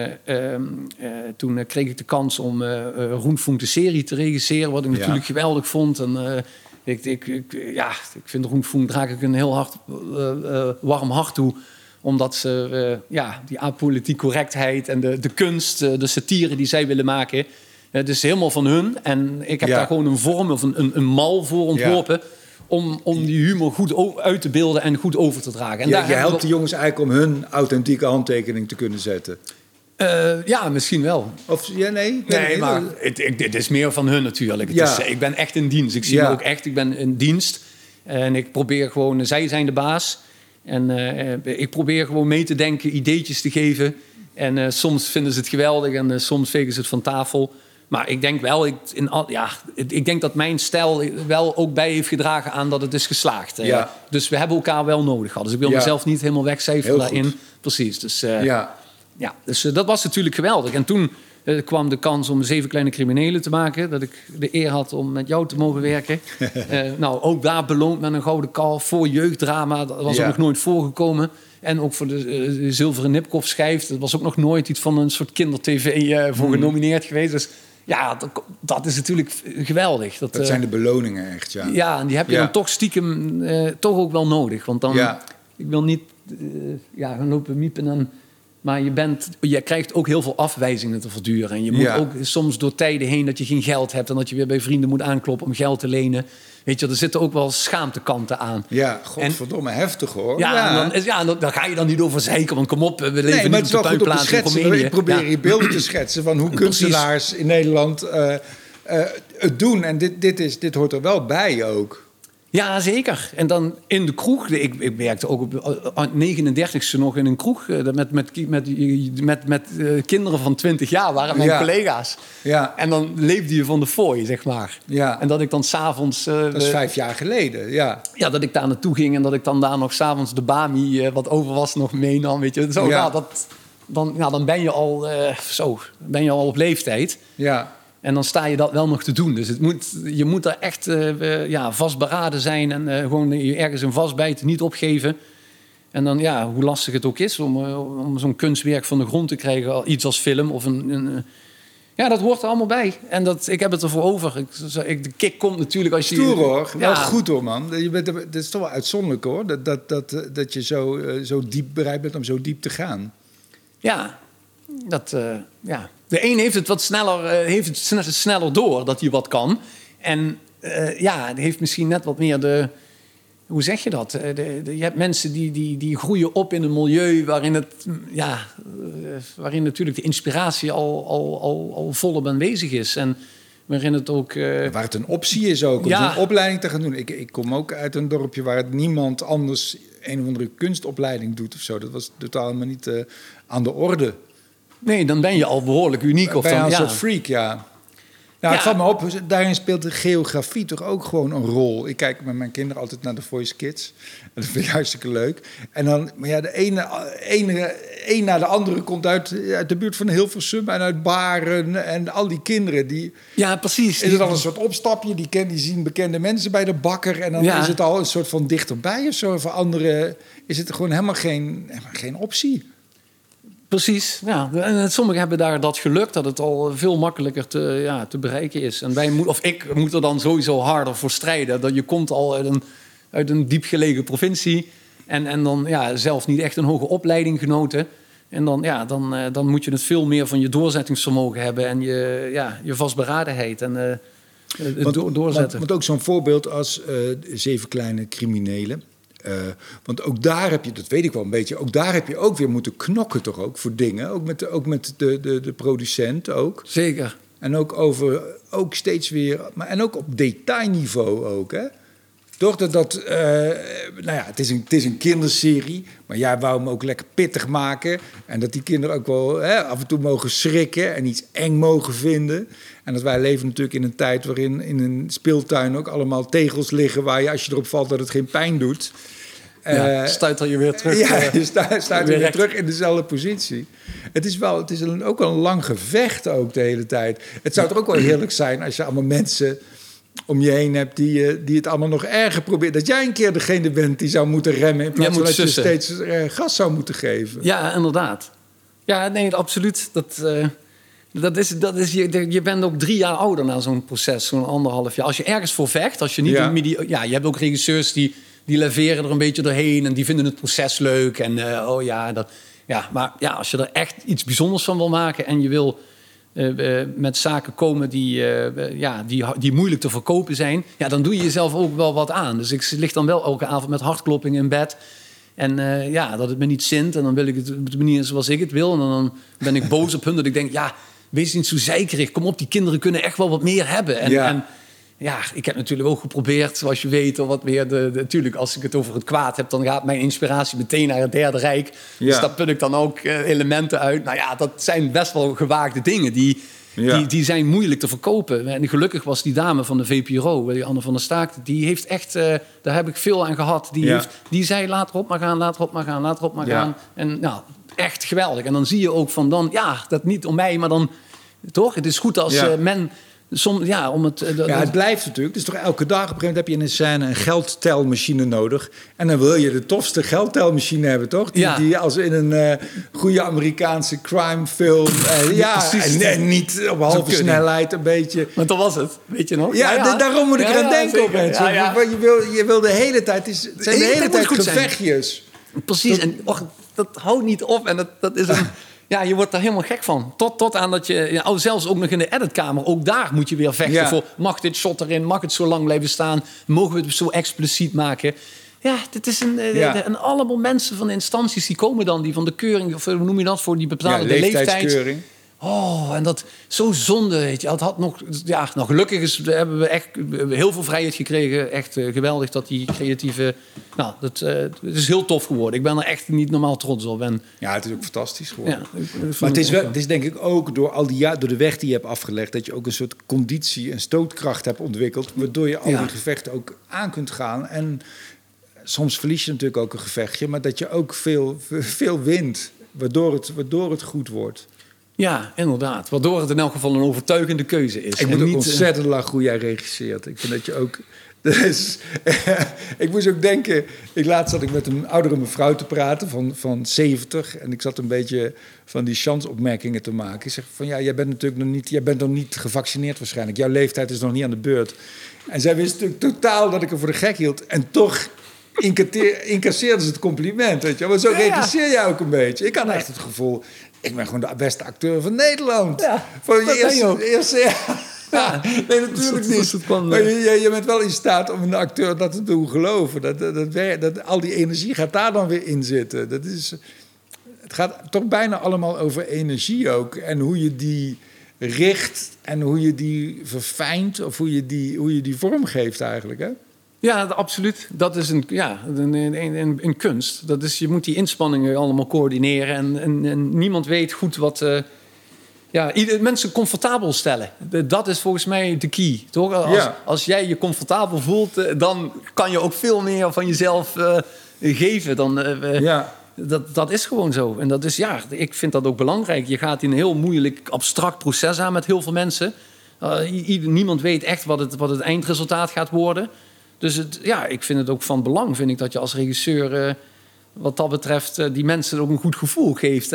toen kreeg ik de kans om Rundfunk de serie te regisseren, wat ik natuurlijk geweldig vond. En ik vind Rundfunk draag ik een heel warm hart toe, omdat ze die apolitiek correctheid en de kunst, de satire die zij willen maken, het is helemaal van hun. En ik heb daar gewoon een vorm of een mal voor ontworpen. Om die humor goed uit te beelden en goed over te dragen. En je helpt de jongens eigenlijk om hun authentieke handtekening te kunnen zetten. Ja, misschien wel. Nee, maar dit is meer van hun natuurlijk. Ik ben echt in dienst. Ik zie me ook echt, ik ben in dienst. En ik probeer gewoon, zij zijn de baas. En ik probeer gewoon mee te denken, ideetjes te geven. En soms vinden ze het geweldig en soms vegen ze het van tafel. Maar ik denk wel, ik denk dat mijn stijl wel ook bij heeft gedragen aan dat het is geslaagd. Dus we hebben elkaar wel nodig gehad. Dus ik wil mezelf niet helemaal wegcijferen daarin. Precies. Dus, dus dat was natuurlijk geweldig. En toen kwam de kans om 7 kleine criminelen te maken. Dat ik de eer had om met jou te mogen werken. Ook daar beloond met een gouden kalf voor jeugddrama. Dat was ook nog nooit voorgekomen. En ook voor de zilveren Nipkoff-schijf. Dat was ook nog nooit iets van een soort kindertv voor genomineerd geweest. Dus ja, dat is natuurlijk geweldig. Dat zijn de beloningen echt, ja. Ja, en die heb je dan toch stiekem toch ook wel nodig. Want dan, ik wil niet gaan lopen miepen. Maar je krijgt ook heel veel afwijzingen te verduren. En je moet ook soms door tijden heen dat je geen geld hebt... en dat je weer bij vrienden moet aankloppen om geld te lenen. Weet je, er zitten ook wel schaamtekanten aan. Ja, godverdomme, heftig hoor. Dan ga je dan niet over zeiken, want kom op, we leven niet op de tuinplaats in Roemenië. Ik probeer hier beelden te schetsen van hoe kunstenaars in Nederland het doen. En dit hoort er wel bij ook. Ja, zeker. En dan in de kroeg. Ik werkte ook op 39ste nog in een kroeg met kinderen van 20 jaar, waren mijn collega's. Ja. En dan leefde je van de fooi, zeg maar. Ja. En dat ik dan s'avonds... dat is 5 jaar geleden, ja. Ja, dat ik daar naartoe ging en dat ik dan daar nog s'avonds de bami, wat over was, nog meenam. Weet je. Zo, dan ben je al op leeftijd. Ja. En dan sta je dat wel nog te doen. Dus je moet er echt vastberaden zijn... en gewoon je ergens in vastbijten, niet opgeven. En dan, hoe lastig het ook is... om zo'n kunstwerk van de grond te krijgen... iets als film of dat hoort er allemaal bij. En ik heb het ervoor over. De kick komt natuurlijk als je... Stoer hoor, wel goed hoor man. Dat is toch wel uitzonderlijk hoor... dat je zo diep bereid bent om zo diep te gaan. Ja, De een heeft het wat sneller door dat hij wat kan. En die heeft misschien net wat meer de... Hoe zeg je dat? Je hebt mensen die groeien op in een milieu waarin natuurlijk de inspiratie al volop aanwezig is. En waarin het ook... Waar het een optie is ook om zo'n opleiding te gaan doen. Ik kom ook uit een dorpje waar niemand anders een of andere kunstopleiding doet of zo. Dat was totaal helemaal niet aan de orde. Nee, dan ben je al behoorlijk uniek. Of ben je dan, een soort freak, ja. Nou, het valt me op, daarin speelt de geografie toch ook gewoon een rol. Ik kijk met mijn kinderen altijd naar de Voice Kids. Dat vind ik hartstikke leuk. En dan, maar de ene na de andere komt uit de buurt van Hilversum en uit Baren. En al die kinderen, die... Ja, precies. Is het al een soort opstapje, die zien bekende mensen bij de bakker. En dan is het al een soort van dichterbij of zo. Voor anderen is het gewoon helemaal geen optie. Precies, ja. En sommigen hebben daar dat geluk dat het al veel makkelijker te bereiken is. En ik moet er dan sowieso harder voor strijden. Dat je komt al uit een diep gelegen provincie en dan zelf niet echt een hoge opleiding genoten. En dan moet je het veel meer van je doorzettingsvermogen hebben en je vastberadenheid en doorzetten. Want ook zo'n voorbeeld als 7 kleine criminelen. Want ook daar heb je, dat weet ik wel een beetje... ook daar heb je ook weer moeten knokken toch ook voor dingen. Ook met de producent ook. Zeker. En ook steeds weer... en ook op detailniveau ook, hè? Toch? Het is een kinderserie, maar jij wou hem ook lekker pittig maken. En dat die kinderen ook wel af en toe mogen schrikken en iets eng mogen vinden. En dat wij leven natuurlijk in een tijd waarin in een speeltuin ook allemaal tegels liggen waar je, als je erop valt, dat het geen pijn doet. Stuit je weer terug. Ja, je stuit weer terug in dezelfde positie. Het is ook wel een lang gevecht ook de hele tijd. Het zou toch ook wel heerlijk zijn als je allemaal mensen om je heen hebt die het allemaal nog erger proberen. Dat jij een keer degene bent die zou moeten remmen in plaats van dat je steeds gas zou moeten geven. Ja, inderdaad. Ja, nee, absoluut. Dat is je bent ook 3 jaar ouder na zo'n proces, zo'n 1,5 jaar. Als je ergens voor vecht, als je niet... je hebt ook regisseurs die laveren er een beetje doorheen en die vinden het proces leuk. En maar ja, als je er echt iets bijzonders van wil maken en je wil met zaken komen die moeilijk te verkopen zijn, ja, dan doe je jezelf ook wel wat aan. Dus ik lig dan wel elke avond met hartklopping in bed. En dat het me niet zint. En dan wil ik het op de manier zoals ik het wil. En dan ben ik boos op hun. Dat ik denk, wees niet zo zeikerig. Kom op, die kinderen kunnen echt wel wat meer hebben. En ik heb natuurlijk ook geprobeerd, zoals je weet, al wat meer. Natuurlijk, als ik het over het kwaad heb, dan gaat mijn inspiratie meteen naar het Derde Rijk. Ja. Dus daar put ik dan ook elementen uit. Nou ja, dat zijn best wel gewaagde dingen die zijn moeilijk te verkopen. En gelukkig was die dame van de VPRO, die Anne van der Staak, die heeft echt, daar heb ik veel aan gehad. Die zei, laat erop maar gaan. En nou, echt geweldig. En dan zie je ook van dat niet om mij, maar dan toch? Het is goed als men... Het blijft natuurlijk. Dus toch elke dag op een gegeven moment heb je in een scène een geldtelmachine nodig. En dan wil je de tofste geldtelmachine hebben, toch? Die als in een goede Amerikaanse crimefilm. En niet op halve snelheid een beetje. Want dat was het, weet je nog? Daarom moet ik eraan denken op mensen. Je wil de hele tijd... Het zijn de hele tijd gevechtjes. Precies. En dat houdt niet op. En dat is een... Ja, je wordt daar helemaal gek van. Tot aan dat je... zelfs ook nog in de editkamer. Ook daar moet je weer vechten voor. Mag dit shot erin? Mag het zo lang blijven staan? Mogen we het zo expliciet maken? Ja, dit is en allemaal mensen van de instanties die komen dan. Die van de keuring, of hoe noem je dat? Voor die bepaalde leeftijdskeuring. Oh, en dat zo zonde, weet je. Het had nog... Ja, nou, gelukkig hebben we echt heel veel vrijheid gekregen. Echt geweldig dat die creatieve... Nou, het is heel tof geworden. Ik ben er echt niet normaal trots op. Ja, het is ook fantastisch geworden. Ja, maar het is denk ik ook door de weg die je hebt afgelegd... dat je ook een soort conditie en stootkracht hebt ontwikkeld... waardoor je al die gevechten ook aan kunt gaan. En soms verlies je natuurlijk ook een gevechtje... maar dat je ook veel wint, waardoor het goed wordt. Ja, inderdaad. Waardoor het in elk geval een overtuigende keuze is. Ik moet ook ontzettend lachen hoe jij regisseert. Ik vind dat je ook... ik moest ook denken... Laatst zat ik met een oudere mevrouw te praten van 70... en ik zat een beetje van die chansopmerkingen te maken. Ik zeg van jij bent nog niet gevaccineerd waarschijnlijk. Jouw leeftijd is nog niet aan de beurt. En zij wist natuurlijk totaal dat ik er voor de gek hield. En toch... incasseerde ze het compliment, weet je. Maar zo regisseer jij ook een beetje. Ik had echt het gevoel... Ik ben gewoon de beste acteur van Nederland. Ja, voor je eerste nee, natuurlijk niet. Maar je bent wel in staat om een acteur dat te doen geloven. Dat al die energie gaat daar dan weer in zitten. Het gaat toch bijna allemaal over energie ook. En hoe je die richt en hoe je die verfijnt... of hoe je die vorm geeft eigenlijk, hè? Ja, absoluut. Dat is een kunst. Dat is, je moet die inspanningen allemaal coördineren. En niemand weet goed wat... mensen comfortabel stellen. Dat is volgens mij de key. Toch? Als jij je comfortabel voelt... dan kan je ook veel meer van jezelf geven. Dat is gewoon zo. En dat is, ik vind dat ook belangrijk. Je gaat in een heel moeilijk, abstract proces aan... met heel veel mensen. Niemand weet echt wat het eindresultaat gaat worden... Dus ik vind het ook van belang, vind ik, dat je als regisseur... wat dat betreft die mensen ook een goed gevoel geeft.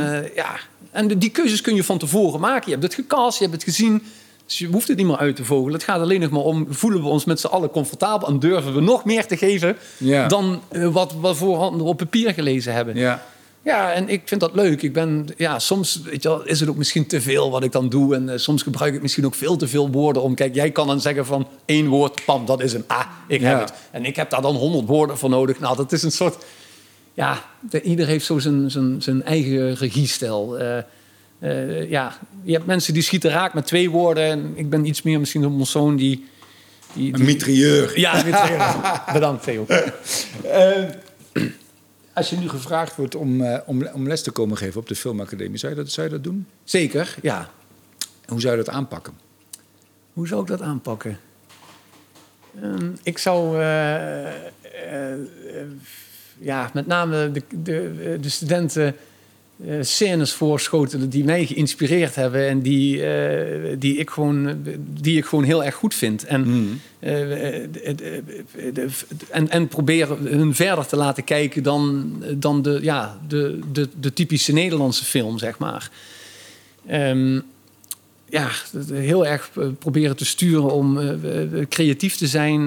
En die keuzes kun je van tevoren maken. Je hebt het gecast, je hebt het gezien. Dus je hoeft het niet meer uit te vogelen. Het gaat alleen nog maar om, voelen we ons met z'n allen comfortabel... en durven we nog meer te geven dan wat we voorhand op papier gelezen hebben. Ja. Ja, en ik vind dat leuk. Soms is het ook misschien te veel wat ik dan doe. En soms gebruik ik misschien ook veel te veel woorden om... Kijk, jij kan dan zeggen van 1 woord, pam, dat is een ik heb het. En ik heb daar dan 100 woorden voor nodig. Nou, dat is een soort... ieder heeft zo zijn eigen regiestijl. Je hebt mensen die schieten raak met 2 woorden. En ik ben iets meer misschien een persoon die Een mitrailleur. Ja, een mitrailleur. Bedankt, Theo. Als je nu gevraagd wordt om les te komen geven op de filmacademie, zou je dat doen? Zeker, ja. Hoe zou je dat aanpakken? Hoe zou ik dat aanpakken? Ik zou met name de studenten scènes voorschotelen die mij geïnspireerd hebben en die ik gewoon heel erg goed vind. En proberen hun verder te laten kijken dan de typische Nederlandse film, zeg maar. Heel erg proberen te sturen om creatief te zijn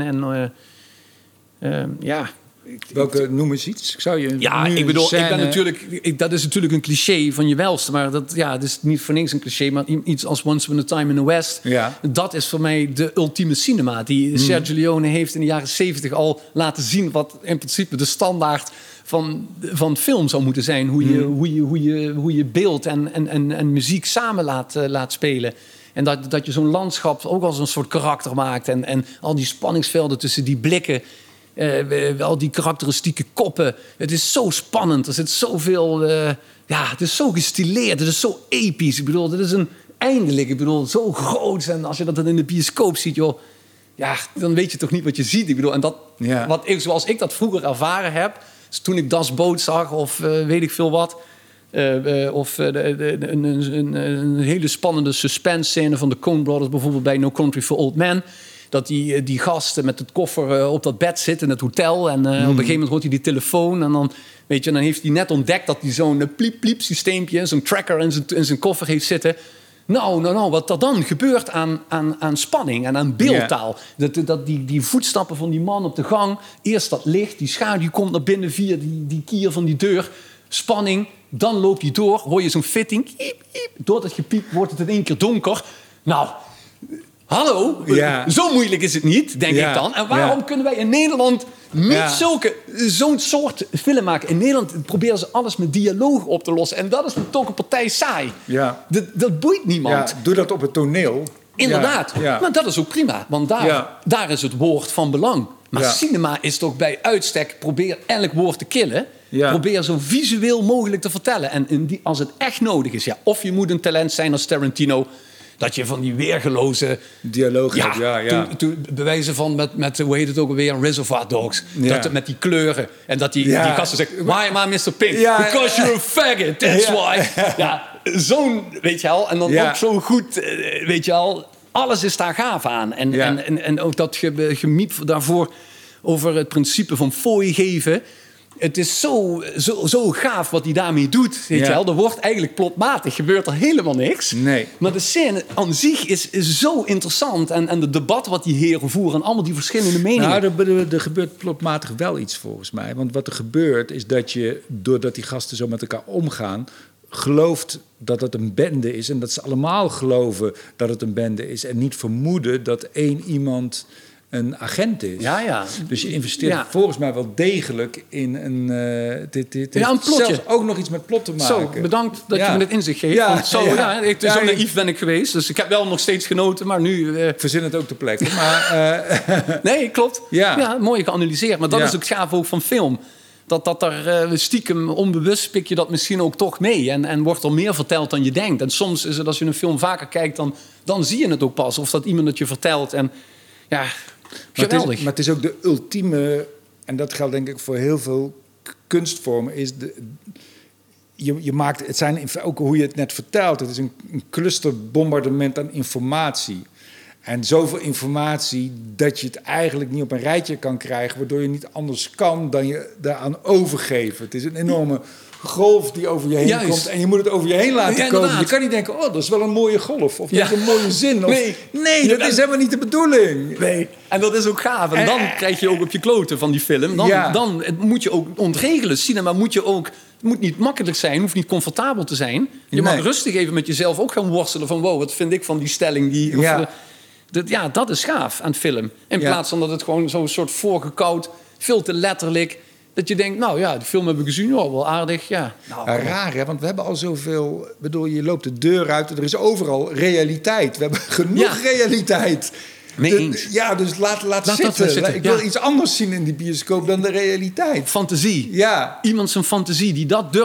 en noem eens iets. Zou je ik ben natuurlijk... Dat is natuurlijk een cliché van je welste, maar dat is niet voor niks een cliché, maar iets als Once Upon a Time in the West, dat is voor mij de ultieme cinema. Die Sergio Leone heeft in de jaren 70 al laten zien wat in principe de standaard van film zou moeten zijn. Hoe je beeld en muziek samen laat spelen. En dat je zo'n landschap ook als een soort karakter maakt. En al die spanningsvelden tussen die blikken. Al die karakteristieke koppen. Het is zo spannend. Er zit zoveel... het is zo gestileerd. Het is zo episch. Ik bedoel, dit is zo groot. En als je dat dan in de bioscoop ziet, joh... Ja, dan weet je toch niet wat je ziet. Ik bedoel, en zoals ik dat vroeger ervaren heb... Dus toen ik Das Boot zag of weet ik veel wat... een hele spannende suspense scène van de Coen Brothers... bijvoorbeeld bij No Country for Old Men... dat die gasten met het koffer op dat bed zit in het hotel... en op een gegeven moment hoort hij die telefoon... en dan heeft hij net ontdekt dat hij zo'n pliep-pliep systeempje... zo'n tracker in zijn koffer heeft zitten... Nou, wat er dan gebeurt aan spanning en aan beeldtaal. Dat die voetstappen van die man op de gang... eerst dat licht, die schaduw komt naar binnen via die kier van die deur... Spanning, dan loopt hij door, hoor je zo'n fitting... Door dat gepiep wordt het in één keer donker. Nou, hallo, zo moeilijk is het niet, denk ik dan. En waarom kunnen wij in Nederland niet zo'n soort film maken? In Nederland proberen ze alles met dialoog op te lossen. En dat is toch een partij saai. Ja. Dat boeit niemand. Ja, doe dat op het toneel. Inderdaad, maar dat is ook prima. Want daar is het woord van belang. Maar cinema is toch bij uitstek... probeer elk woord te killen... Ja. Probeer zo visueel mogelijk te vertellen. En als het echt nodig is... of je moet een talent zijn als Tarantino... dat je van die weergeloze... dialoog hebt, bewijzen van met hoe heet het ook alweer... Reservoir Dogs. Ja. Dat met die kleuren. En dat die gasten zeggen... Why am I Mr. Pink? Because you're a faggot, that's why. Ja, zo'n, weet je al. En dan ook zo goed, weet je al... Alles is daar gaaf aan. En ook dat gemiep daarvoor... over het principe van fooi geven... Het is zo gaaf wat hij daarmee doet. Weet je wel? Er wordt eigenlijk plotmatig, gebeurt er helemaal niks. Nee. Maar de scène aan zich is zo interessant. En de debat wat die heren voeren en allemaal die verschillende meningen. Nou, er gebeurt plotmatig wel iets volgens mij. Want wat er gebeurt is dat je, doordat die gasten zo met elkaar omgaan... gelooft dat het een bende is. En dat ze allemaal geloven dat het een bende is. En niet vermoeden dat één iemand... een agent is. Ja. Dus je investeert volgens mij wel degelijk in een... dit een plotje. Zelfs ook nog iets met plot te maken. Zo, bedankt dat je me dit inzicht geeft. Ja, zo naïef ben ik geweest. Dus ik heb wel nog steeds genoten, maar nu... Verzin het ook ter plekke. Maar, nee, klopt. Ja, mooi geanalyseerd. Maar dat is ook gaaf ook van film. Dat er stiekem onbewust pik je dat misschien ook toch mee. En wordt er meer verteld dan je denkt. En soms is het, als je een film vaker kijkt... dan zie je het ook pas. Of dat iemand het je vertelt. En ja... Maar het is ook de ultieme... en dat geldt denk ik voor heel veel kunstvormen... is je maakt... het zijn ook hoe je het net vertelt... het is een clusterbombardement aan informatie. En zoveel informatie dat je het eigenlijk niet op een rijtje kan krijgen... waardoor je niet anders kan dan je daaraan overgeven. Het is een enorme golf die over je heen komt... en je moet het over je heen laten komen. Inderdaad. Je kan niet denken, dat is wel een mooie golf... of dat is een mooie zin. Of, nee, dat is helemaal niet de bedoeling. Nee, en dat is ook gaaf. En dan krijg je ook op je kloten van die film. Dan moet je ook ontregelen. Cinema moet niet makkelijk zijn, hoeft niet comfortabel te zijn. Je mag rustig even met jezelf ook gaan worstelen... van wat vind ik van die stelling... dat is gaaf aan film. In plaats van dat het gewoon zo'n soort voorgekoud... veel te letterlijk... dat je denkt, de film hebben we gezien, wel aardig, raar, hè? Want we hebben al zoveel... bedoel, je loopt de deur uit, er is overal realiteit. We hebben genoeg realiteit. Mee eens. Ja, dus laat zitten. Ik wil iets anders zien in die bioscoop dan de realiteit. Fantasie. Ja. Iemand zijn fantasie die dat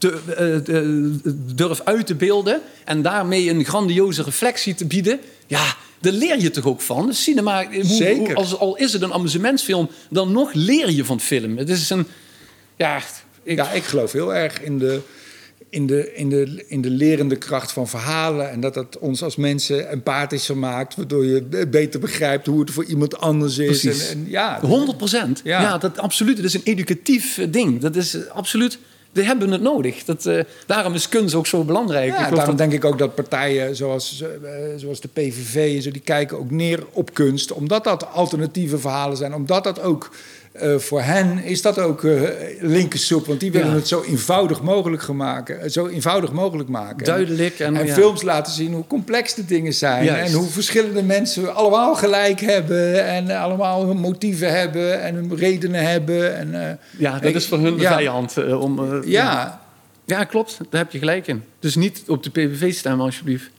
durft uit te beelden... en daarmee een grandioze reflectie te bieden... Ja, daar leer je toch ook van. Cinema, Zeker. Al is het een amusementsfilm... dan nog leer je van film. Het is een... Ja, ik geloof heel erg in de lerende kracht van verhalen... en dat ons als mensen empathischer maakt... waardoor je beter begrijpt hoe het voor iemand anders is. Precies. En ja, 100%. Ja, dat absoluut. Dat is een educatief ding. Dat is absoluut... We hebben het nodig. Daarom is kunst ook zo belangrijk. Ja, daarom denk ik ook dat partijen zoals de PVV... en zo, die kijken ook neer op kunst... omdat dat alternatieve verhalen zijn. Omdat dat ook... voor hen is dat ook linkersoep, want die willen het zo eenvoudig mogelijk maken. Duidelijk. En films laten zien hoe complex de dingen zijn. Juist. En hoe verschillende mensen allemaal gelijk hebben. En allemaal hun motieven hebben en hun redenen hebben. En, dat is voor hun de vijand. Ja, klopt. Daar heb je gelijk in. Dus niet op de PVV stemmen, alsjeblieft.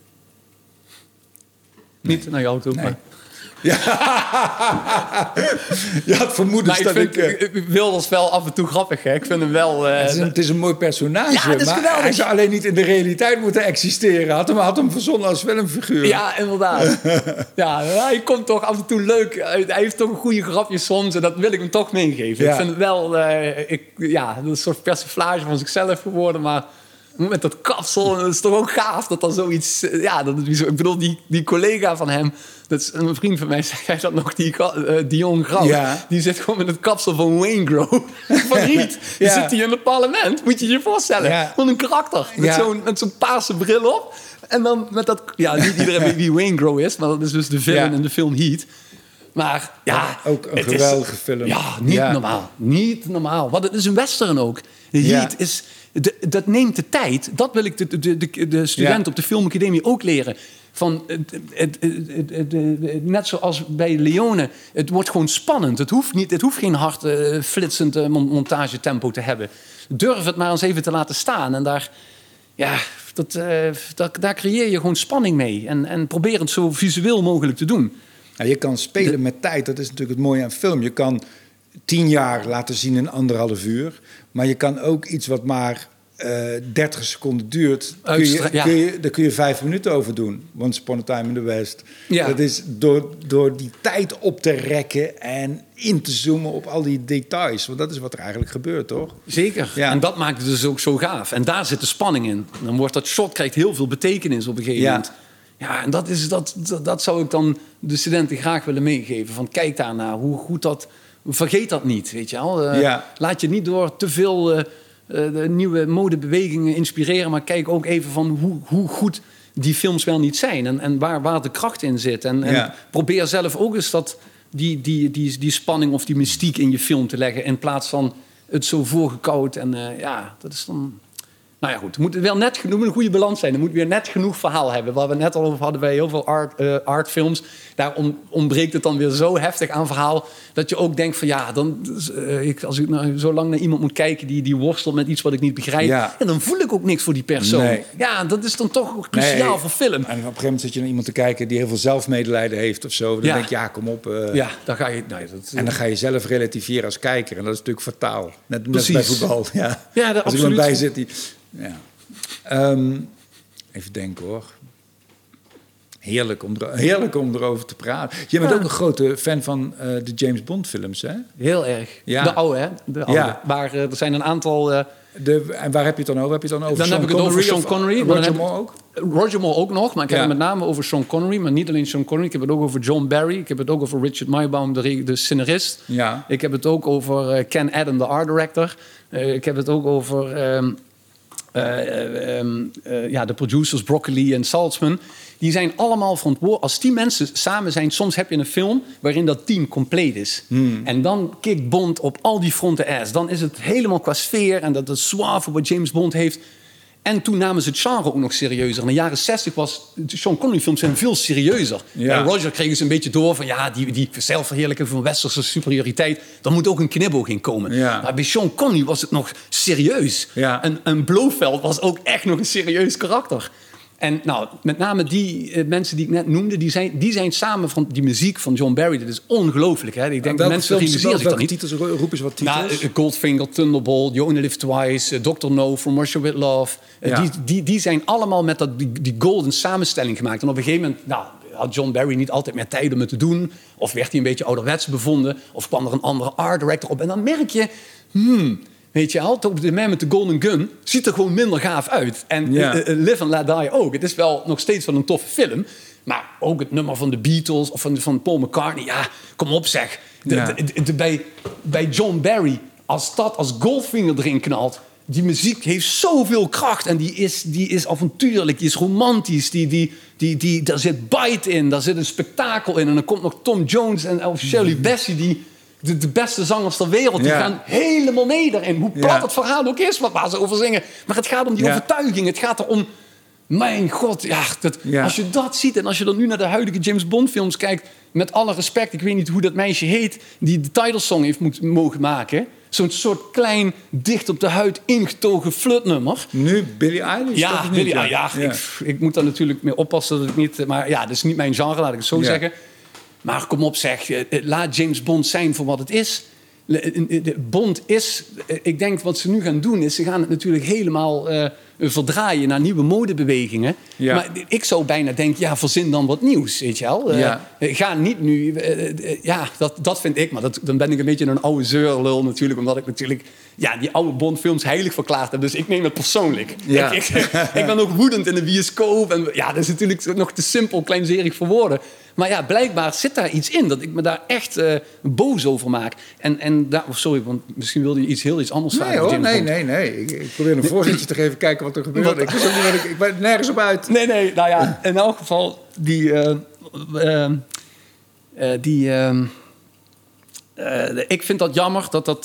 Nee. Niet naar jou toe, maar... Ja. Je had vermoedens dat ik Wilders wel af en toe grappig, hè? Ik vind hem wel... Het is een mooi personage, maar geweldig. Hij zou alleen niet in de realiteit moeten existeren. Had hem verzonnen als filmfiguur. Ja, inderdaad. Hij komt toch af en toe leuk uit. Hij heeft toch een goede grapje soms en dat wil ik hem toch meegeven. Ja. Ik vind het wel... dat is een soort persiflage van zichzelf geworden, maar... Met dat kapsel, dat is toch ook gaaf dat dan zoiets... ik bedoel, die collega van hem... Dat is een vriend van mij, zei hij dat nog, Dion Grauw. Ja. Die zit gewoon met het kapsel van Wayne Grow. Van Heat. Die zit hier in het parlement. Moet je je voorstellen. Ja. Wat een karakter. Met zo'n paarse bril op. En dan met dat... Ja, niet iedereen weet wie Wayne Grow is. Maar dat is dus de villain in de film Heat. Maar ook een geweldige film. Ja, normaal. Niet normaal. Want het is een western ook. Heat is... Dat neemt de tijd. Dat wil ik de studenten op de filmacademie ook leren. Net zoals bij Leone. Het wordt gewoon spannend. Het hoeft geen hard flitsend montagetempo te hebben. Durf het maar eens even te laten staan. En daar creëer je gewoon spanning mee. En probeer het zo visueel mogelijk te doen. Ja, je kan spelen met tijd. Dat is natuurlijk het mooie aan film. Je kan 10 jaar laten zien in 1,5 uur. Maar je kan ook iets wat maar 30 seconden duurt... Daar kun je 5 minuten over doen. Once Upon a Time in the West. Ja. Dat is door die tijd op te rekken... en in te zoomen op al die details. Want dat is wat er eigenlijk gebeurt, toch? Zeker. Ja. En dat maakt het dus ook zo gaaf. En daar zit de spanning in. Dan wordt dat shot, krijgt heel veel betekenis op een gegeven moment. Ja, en dat zou ik dan de studenten graag willen meegeven. Van kijk daarnaar, hoe goed dat... Vergeet dat niet, weet je wel. Laat je niet door te veel de nieuwe modebewegingen inspireren... maar kijk ook even van hoe goed die films wel niet zijn... en waar de kracht in zit. En probeer zelf ook eens die spanning of die mystiek in je film te leggen... in plaats van het zo voorgekoud. En dat is dan... Nou ja, goed, het moet wel net genoeg een goede balans zijn. Er moet weer net genoeg verhaal hebben. Waar we net al over hadden bij heel veel artfilms. Daar ontbreekt het dan weer zo heftig aan verhaal... dat je ook denkt van als ik nou zo lang naar iemand moet kijken... die worstelt met iets wat ik niet begrijp... en dan voel ik ook niks voor die persoon. Nee. Ja, dat is dan toch cruciaal voor film. En op een gegeven moment zit je naar iemand te kijken... die heel veel zelfmedelijden heeft of zo. Dan denk je, kom op. Dan ga je... En dan ga je zelf relativeren als kijker. En dat is natuurlijk fataal. Net bij voetbal. Als absoluut. iemand bij zit die... Ja. Even denken hoor. Heerlijk om erover te praten. Je bent ook een grote fan van de James Bond films, hè? Heel erg. Ja. De oude, hè? De oude. Ja. Maar er zijn een aantal... En waar heb je het dan over? Heb je het dan over Sean Connery? Over Sean Connery. Roger Moore ook? Roger Moore ook nog, maar ik heb het met name over Sean Connery. Maar niet alleen Sean Connery, ik heb het ook over John Barry. Ik heb het ook over Richard Maybaum, de scenarist. Ja. Ik heb het ook over Ken Adam, de art director. Ik heb het ook over... de producers Broccoli en Saltzman... die zijn allemaal verantwoordelijk. Als 10 mensen samen zijn... soms heb je een film waarin dat team compleet is. En dan kikt Bond op al die fronten ass. Dan is het helemaal qua sfeer... en dat suave wat James Bond heeft... En toen namen ze het genre ook nog serieuzer. In de jaren 60 was de Sean Connery films zijn veel serieuzer. Ja. Roger kreeg ze een beetje door van die zelfverheerlijking van westerse superioriteit. Daar moet ook een knipoog in komen. Ja. Maar bij Sean Connery was het nog serieus. Ja. En Blofeld was ook echt nog een serieus karakter. En nou, met name die mensen die ik net noemde, die zijn samen van die muziek van John Barry. Dat is ongelooflijk. Hè? Ik denk dat mensen realiseren zich dat niet. Titels, roep eens wat titels. Nou, Goldfinger, Thunderbolt, You Only Live Twice, Dr. No, From Russia With Love. Die zijn allemaal met die golden samenstelling gemaakt. En op een gegeven moment had John Barry niet altijd meer tijd om het te doen. Of werd hij een beetje ouderwets bevonden. Of kwam er een andere art director op. En dan merk je... Weet je al, The Man with the Golden Gun ziet er gewoon minder gaaf uit. En Live and Let Die ook. Het is wel nog steeds wel een toffe film. Maar ook het nummer van de Beatles of van Paul McCartney. Ja, kom op zeg. Bij John Barry, als Goldfinger erin knalt... Die muziek heeft zoveel kracht. En die is avontuurlijk, die is romantisch. Daar zit bite in, daar zit een spektakel in. En dan komt nog Tom Jones of Shirley Bassey... die de beste zangers ter wereld, die gaan helemaal mee daarin. Hoe plat het verhaal ook is, waar ze over zingen. Maar het gaat om die overtuiging. Het gaat erom... Mijn god, als je dat ziet... en als je dan nu naar de huidige James Bond films kijkt... met alle respect, ik weet niet hoe dat meisje heet... die de titelsong heeft mogen maken... Zo'n soort klein, dicht op de huid ingetogen flutnummer. Nu Billie Eilish? Ja, ik moet daar natuurlijk mee oppassen dat ik niet... Maar ja, dat is niet mijn genre, laat ik het zo zeggen. Maar kom op zeg, laat James Bond zijn voor wat het is. Bond is... Ik denk wat ze nu gaan doen is... Ze gaan het natuurlijk helemaal verdraaien naar nieuwe modebewegingen. Ja. Maar ik zou bijna denken, verzin dan wat nieuws, weet je wel. Ga niet nu... dat vind ik, maar dan ben ik een beetje een oude zeurlul natuurlijk. Omdat ik natuurlijk die oude Bondfilms heilig verklaard heb. Dus ik neem het persoonlijk. Ja. Ik ben ook woedend in de bioscoop. En dat is natuurlijk nog te simpel, kleinzerig voor woorden. Maar blijkbaar zit daar iets in dat ik me daar echt boos over maak. Sorry, want misschien wilde je iets anders vragen. Nee. Ik probeer een voorzetje te geven, kijken wat er gebeurt. Ik ben nergens op uit. Nee, nou ja, in elk geval ik vind dat jammer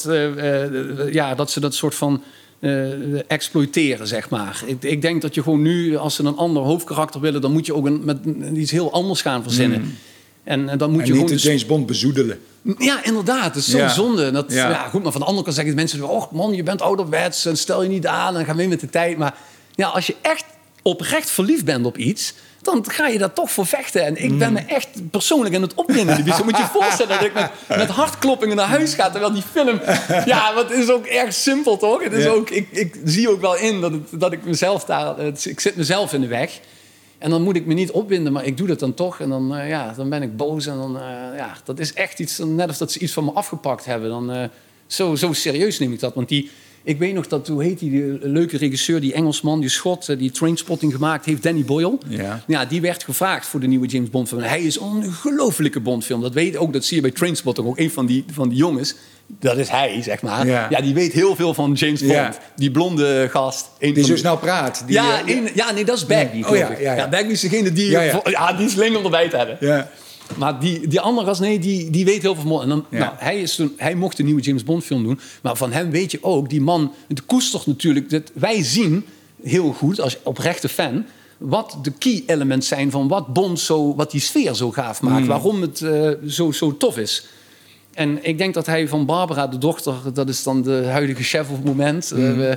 dat ze dat soort van exploiteren, zeg maar. Ik denk dat je gewoon nu, als ze een ander hoofdkarakter willen... dan moet je ook met iets heel anders gaan verzinnen. En dan moet je niet de James Bond bezoedelen. Ja, inderdaad. Dat is zo'n zonde. Goed, maar van de andere kant zeggen mensen... oh man, je bent ouderwets en stel je niet aan... en ga mee met de tijd. Maar als je echt oprecht verliefd bent op iets... dan ga je daar toch voor vechten. En ik ben me echt persoonlijk aan het opwinden. Dus moet je je voorstellen dat ik met hartkloppingen naar huis ga... terwijl die film... het is ook erg simpel, toch? Het is ook, ik zie ook wel in dat ik mezelf daar... Ik zit mezelf in de weg... En dan moet ik me niet opwinden, maar ik doe dat dan toch. En dan ben ik boos. En dan, dat is echt iets, net of dat ze iets van me afgepakt hebben. Dan, zo serieus neem ik dat. Want ik weet nog dat, hoe heet die leuke regisseur, die Engelsman, die Schot, die Trainspotting gemaakt heeft, Danny Boyle. Ja, die werd gevraagd voor de nieuwe James Bond film. Hij is een ongelofelijke Bondfilm. Dat zie je bij Trainspotting ook. Een van die jongens, dat is hij, zeg maar. Ja, die weet heel veel van James Bond. Ja. Die blonde gast. Die zo snel praat. Dat is Bagby. Bagby is degene die die sling om erbij te hebben. Ja. Maar die andere gast, die weet heel veel. En dan, hij mocht een nieuwe James Bond film doen. Maar van hem weet je ook, die man, het koestert natuurlijk. Wij zien heel goed, als oprechte fan... wat de key elements zijn van wat Bond wat die sfeer zo gaaf maakt. Waarom het zo tof is. En ik denk dat hij van Barbara, de dochter... dat is dan de huidige chef op het moment...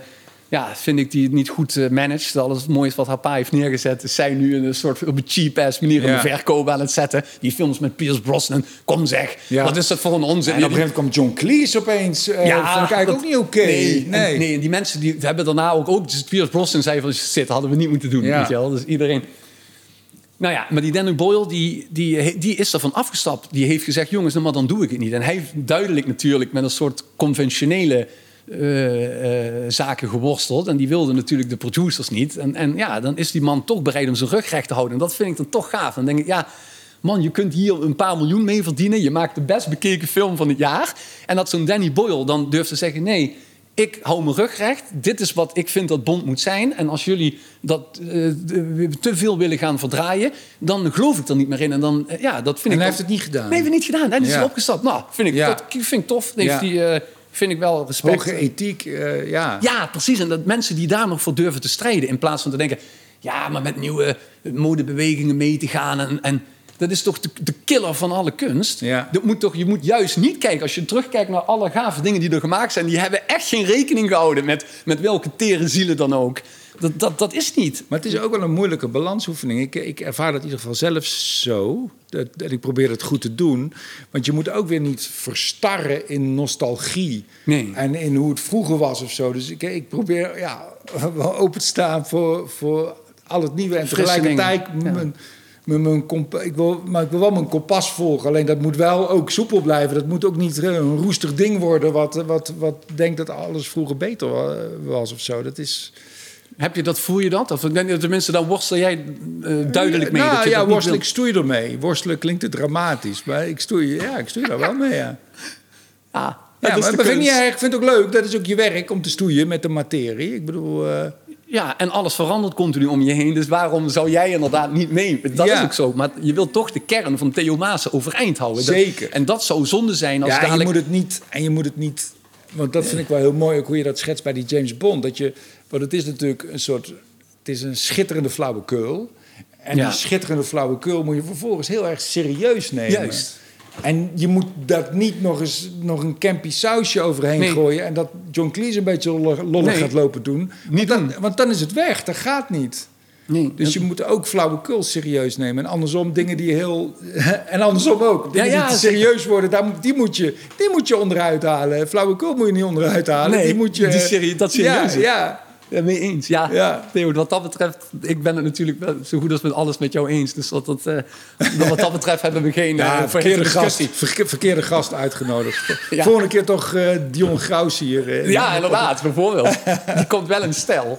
vind ik die het niet goed managt. Alles het mooiste wat haar pa heeft neergezet... is zij nu een soort op een cheap-ass manier... in de verkoop aan het zetten. Die films met Pierce Brosnan. Kom zeg, wat is dat voor een onzin? En op een gegeven moment komt John Cleese opeens. Vond ik eigenlijk ook niet oké. Nee, en die mensen die hebben daarna ook... Dus Pierce Brosnan zei van... Shit, hadden we niet moeten doen. Weet je wel? Dus iedereen... Nou ja, maar die Danny Boyle, die is ervan afgestapt. Die heeft gezegd, jongens, maar dan doe ik het niet. En hij heeft duidelijk natuurlijk met een soort conventionele zaken geworsteld. En die wilden natuurlijk de producers niet. En dan is die man toch bereid om zijn rug recht te houden. En dat vind ik dan toch gaaf. Dan denk ik, man, je kunt hier een paar miljoen mee verdienen. Je maakt de best bekeken film van het jaar. En dat zo'n Danny Boyle dan durft te zeggen, nee... Ik hou mijn rug recht. Dit is wat ik vind dat Bond moet zijn. En als jullie dat te veel willen gaan verdraaien... dan geloof ik er niet meer in. En dan, dat vind en hij heeft het niet gedaan? Nee, hij heeft het niet gedaan. Hij is opgestapt. Nou, dat vind ik tof. Vind ik wel respect. Hoge ethiek, Ja, precies. En dat mensen die daar nog voor durven te strijden... in plaats van te denken... ja, maar met nieuwe modebewegingen mee te gaan... en dat is toch de killer van alle kunst. Ja. Je moet juist niet kijken... als je terugkijkt naar alle gave dingen die er gemaakt zijn... die hebben echt geen rekening gehouden met welke tere zielen dan ook. Dat is niet. Maar het is ook wel een moeilijke balansoefening. Ik ervaar dat in ieder geval zelf zo. Dat ik probeer het goed te doen. Want je moet ook weer niet verstarren in nostalgie. Nee. En in hoe het vroeger was of zo. Dus ik probeer wel open te staan voor al het nieuwe. En tegelijkertijd... Ik wil wel mijn kompas volgen. Alleen dat moet wel ook soepel blijven. Dat moet ook niet een roestig ding worden... wat denkt dat alles vroeger beter was of zo. Dat is... Voel je dat? Of tenminste, dan worstel jij duidelijk mee. Nou, dat je ik stoei ermee. Worstelen klinkt te dramatisch. Maar ik stoei daar wel mee, ja. Ja, maar dat vind ik niet erg. Ik vind het ook leuk. Dat is ook je werk om te stoeien met de materie. Ik bedoel... Ja, en alles verandert continu om je heen. Dus waarom zou jij inderdaad niet mee? Dat is ook zo. Maar je wilt toch de kern van Theo Maassen overeind houden. Zeker. En dat zou zonde zijn als dadelijk... En je moet het niet... Want dat vind ik wel heel mooi, ook hoe je dat schetst bij die James Bond. Want het is natuurlijk een soort... Het is een schitterende flauwekul. En die schitterende flauwekul moet je vervolgens heel erg serieus nemen. Juist. En je moet dat niet nog een campy sausje overheen gooien... en dat John Cleese een beetje lollig gaat lopen doen. Want dan is het weg, dat gaat niet. Nee, dus je moet ook flauwekul serieus nemen. En andersom dingen die heel... En andersom ook. Dingen die te serieus worden, die moet je onderuit halen. Flauwekul moet je niet onderuit halen. Nee, die moet je... dat serieus. Ja. Ja, mee eens. Ja. Theo, wat dat betreft, ik ben het natuurlijk zo goed als met alles met jou eens. Dus wat dat betreft hebben we geen verkeerde gast uitgenodigd. Volgende keer toch Dion Graus hier. Inderdaad, bijvoorbeeld. Die komt wel in stijl.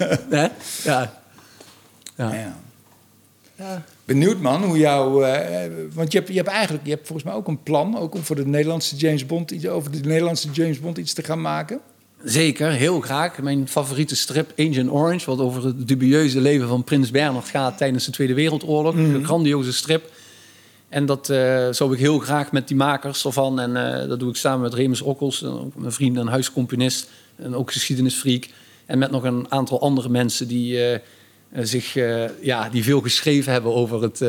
Benieuwd, man, hoe jou... want je hebt volgens mij ook een plan... ook om voor de Nederlandse James Bond iets te gaan maken. Zeker, heel graag. Mijn favoriete strip, Agent Orange... wat over het dubieuze leven van Prins Bernhard gaat... tijdens de Tweede Wereldoorlog. Een grandioze strip. En dat zou ik heel graag met die makers ervan... en dat doe ik samen met Remus Okkels... mijn vriend en huiscomponist... en ook geschiedenisfreak... en met nog een aantal andere mensen... die veel geschreven hebben over het...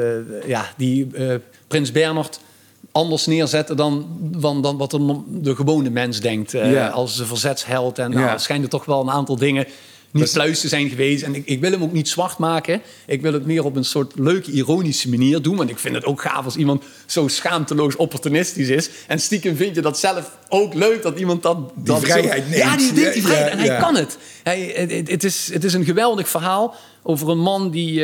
Prins Bernhard... anders neerzetten dan wat de gewone mens denkt. Als de verzetsheld. En er schijnen toch wel een aantal dingen niet pluis te zijn geweest. En ik wil hem ook niet zwart maken. Ik wil het meer op een soort leuke, ironische manier doen. Want ik vind het ook gaaf als iemand zo schaamteloos opportunistisch is. En stiekem vind je dat zelf ook leuk dat iemand die vrijheid neemt. Ja, die denkt die vrijheid. En hij kan het. Het is een geweldig verhaal over een man die...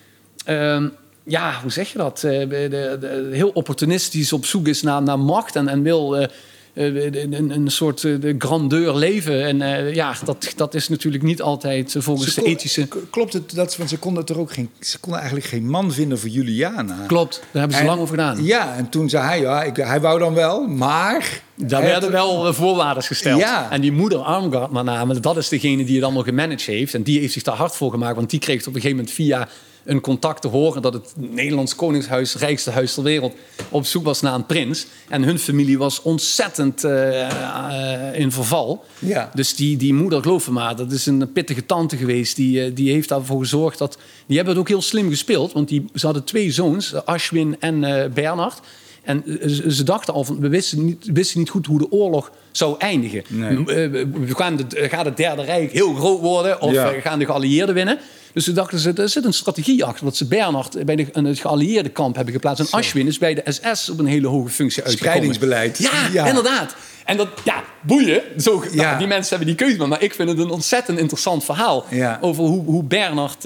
hoe zeg je dat? Heel opportunistisch op zoek is naar macht en wil een soort grandeur leven. En dat is natuurlijk niet altijd volgens de ethische... Klopt het, want ze konden eigenlijk geen man vinden voor Juliana. Klopt, daar hebben ze lang over gedaan. Ja, en toen zei hij, hij wou dan wel, maar... Daar werden wel voorwaarden gesteld. Ja. En die moeder Armgard, met name, dat is degene die het allemaal gemanaged heeft. En die heeft zich daar hard voor gemaakt, want die kreeg het op een gegeven moment via... een contact te horen dat het Nederlands Koningshuis, het rijkste huis ter wereld, op zoek was naar een prins. En hun familie was ontzettend in verval. Ja. Dus die moeder, geloof me maar, dat is een pittige tante geweest. Die heeft daarvoor gezorgd dat... Die hebben het ook heel slim gespeeld, want ze hadden 2 zoons, Ashwin en Bernhard. En ze dachten al, we wisten niet goed hoe de oorlog zou eindigen. Nee. Gaat het Derde Rijk heel groot worden of gaan de geallieerden winnen? Dus ze dachten, er zit een strategie achter. Dat ze Bernhard bij het geallieerde kamp hebben geplaatst. En Ashwin is bij de SS op een hele hoge functie uitgekomen. Spreidingsbeleid. Ja, inderdaad. En dat, boeien. Die mensen hebben die keuze. Maar ik vind het een ontzettend interessant verhaal. Ja. Over hoe Bernhard,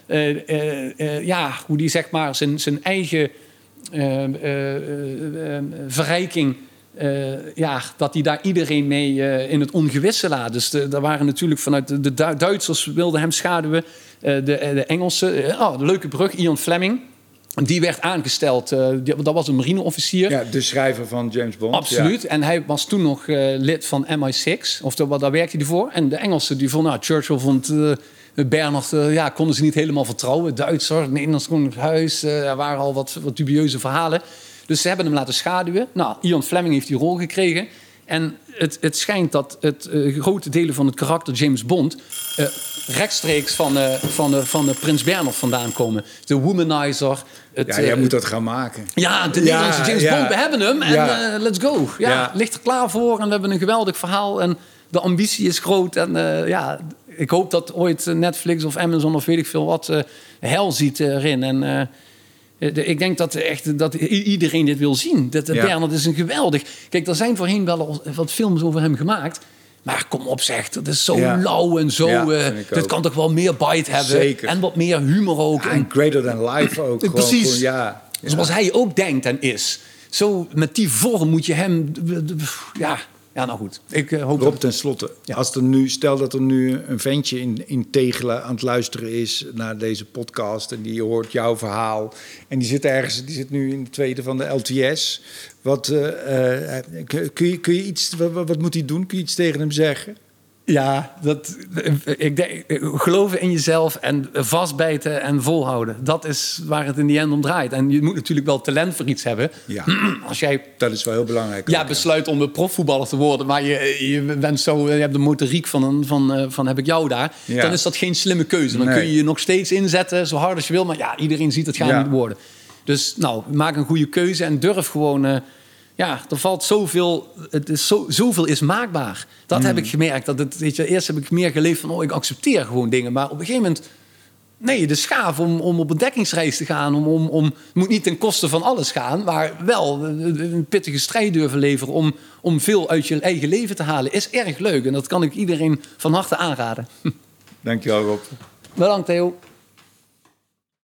hoe die zeg maar zijn eigen verrijking... dat hij daar iedereen mee in het ongewisse laat. Dus er waren natuurlijk vanuit de Duitsers wilden hem schaduwen. De Engelsen, de leuke brug, Ian Fleming. Die werd aangesteld, dat was een marineofficier. Ja, de schrijver van James Bond. Absoluut. Ja. En hij was toen nog lid van MI6. Of daar werkte hij voor. En de Engelsen die vonden, Churchill vond... Bernhard, konden ze niet helemaal vertrouwen. Duitser, het Nederlands Koningshuis. Er waren al wat dubieuze verhalen. Dus ze hebben hem laten schaduwen. Ian Fleming heeft die rol gekregen. En het schijnt dat grote delen van het karakter James Bond... rechtstreeks van de Prins Bernhard vandaan komen. De womanizer. Jij moet dat gaan maken. Ja, de Nederlandse James Bond, we hebben hem. En let's go. Ligt er klaar voor. En we hebben een geweldig verhaal. En de ambitie is groot. En ik hoop dat ooit Netflix of Amazon of weet ik veel wat hel ziet erin. En ik denk dat iedereen dit wil zien. Bernhard is een geweldig... Kijk, er zijn voorheen wel wat films over hem gemaakt. Maar kom op zeg, dat is zo lauw en zo... dit kan toch wel meer bite hebben. Zeker. En wat meer humor ook. Ja, en greater than life ook. Precies. Zoals hij ook denkt en is. Zo met die vorm moet je hem... Ja, nou goed. Ik hoop Rob, ten slotte. Stel dat er nu een ventje in Tegelen aan het luisteren is naar deze podcast en die hoort jouw verhaal en die zit nu in de tweede van de LTS. Kun je iets, wat moet hij doen? Kun je iets tegen hem zeggen? Ja, ik denk, geloven in jezelf en vastbijten en volhouden. Dat is waar het in die end om draait. En je moet natuurlijk wel talent voor iets hebben. Ja, als jij, dat is wel heel belangrijk. Ja, besluit om een profvoetballer te worden, maar je bent zo, je hebt de motoriek van heb ik jou daar. Ja. Dan is dat geen slimme keuze. Dan kun je je nog steeds inzetten, zo hard als je wil. Maar ja, iedereen ziet het gaan niet worden. Dus maak een goede keuze en durf gewoon... er valt zoveel. Zoveel is maakbaar. Dat heb ik gemerkt. Eerst heb ik meer geleefd van... ik accepteer gewoon dingen. Maar op een gegeven moment... Nee, de schaaf om op ontdekkingsreis te gaan. Het moet niet ten koste van alles gaan. Maar wel een pittige strijd durven leveren... om veel uit je eigen leven te halen. Is erg leuk. En dat kan ik iedereen van harte aanraden. Dankjewel, Rob. Bedankt, Theo.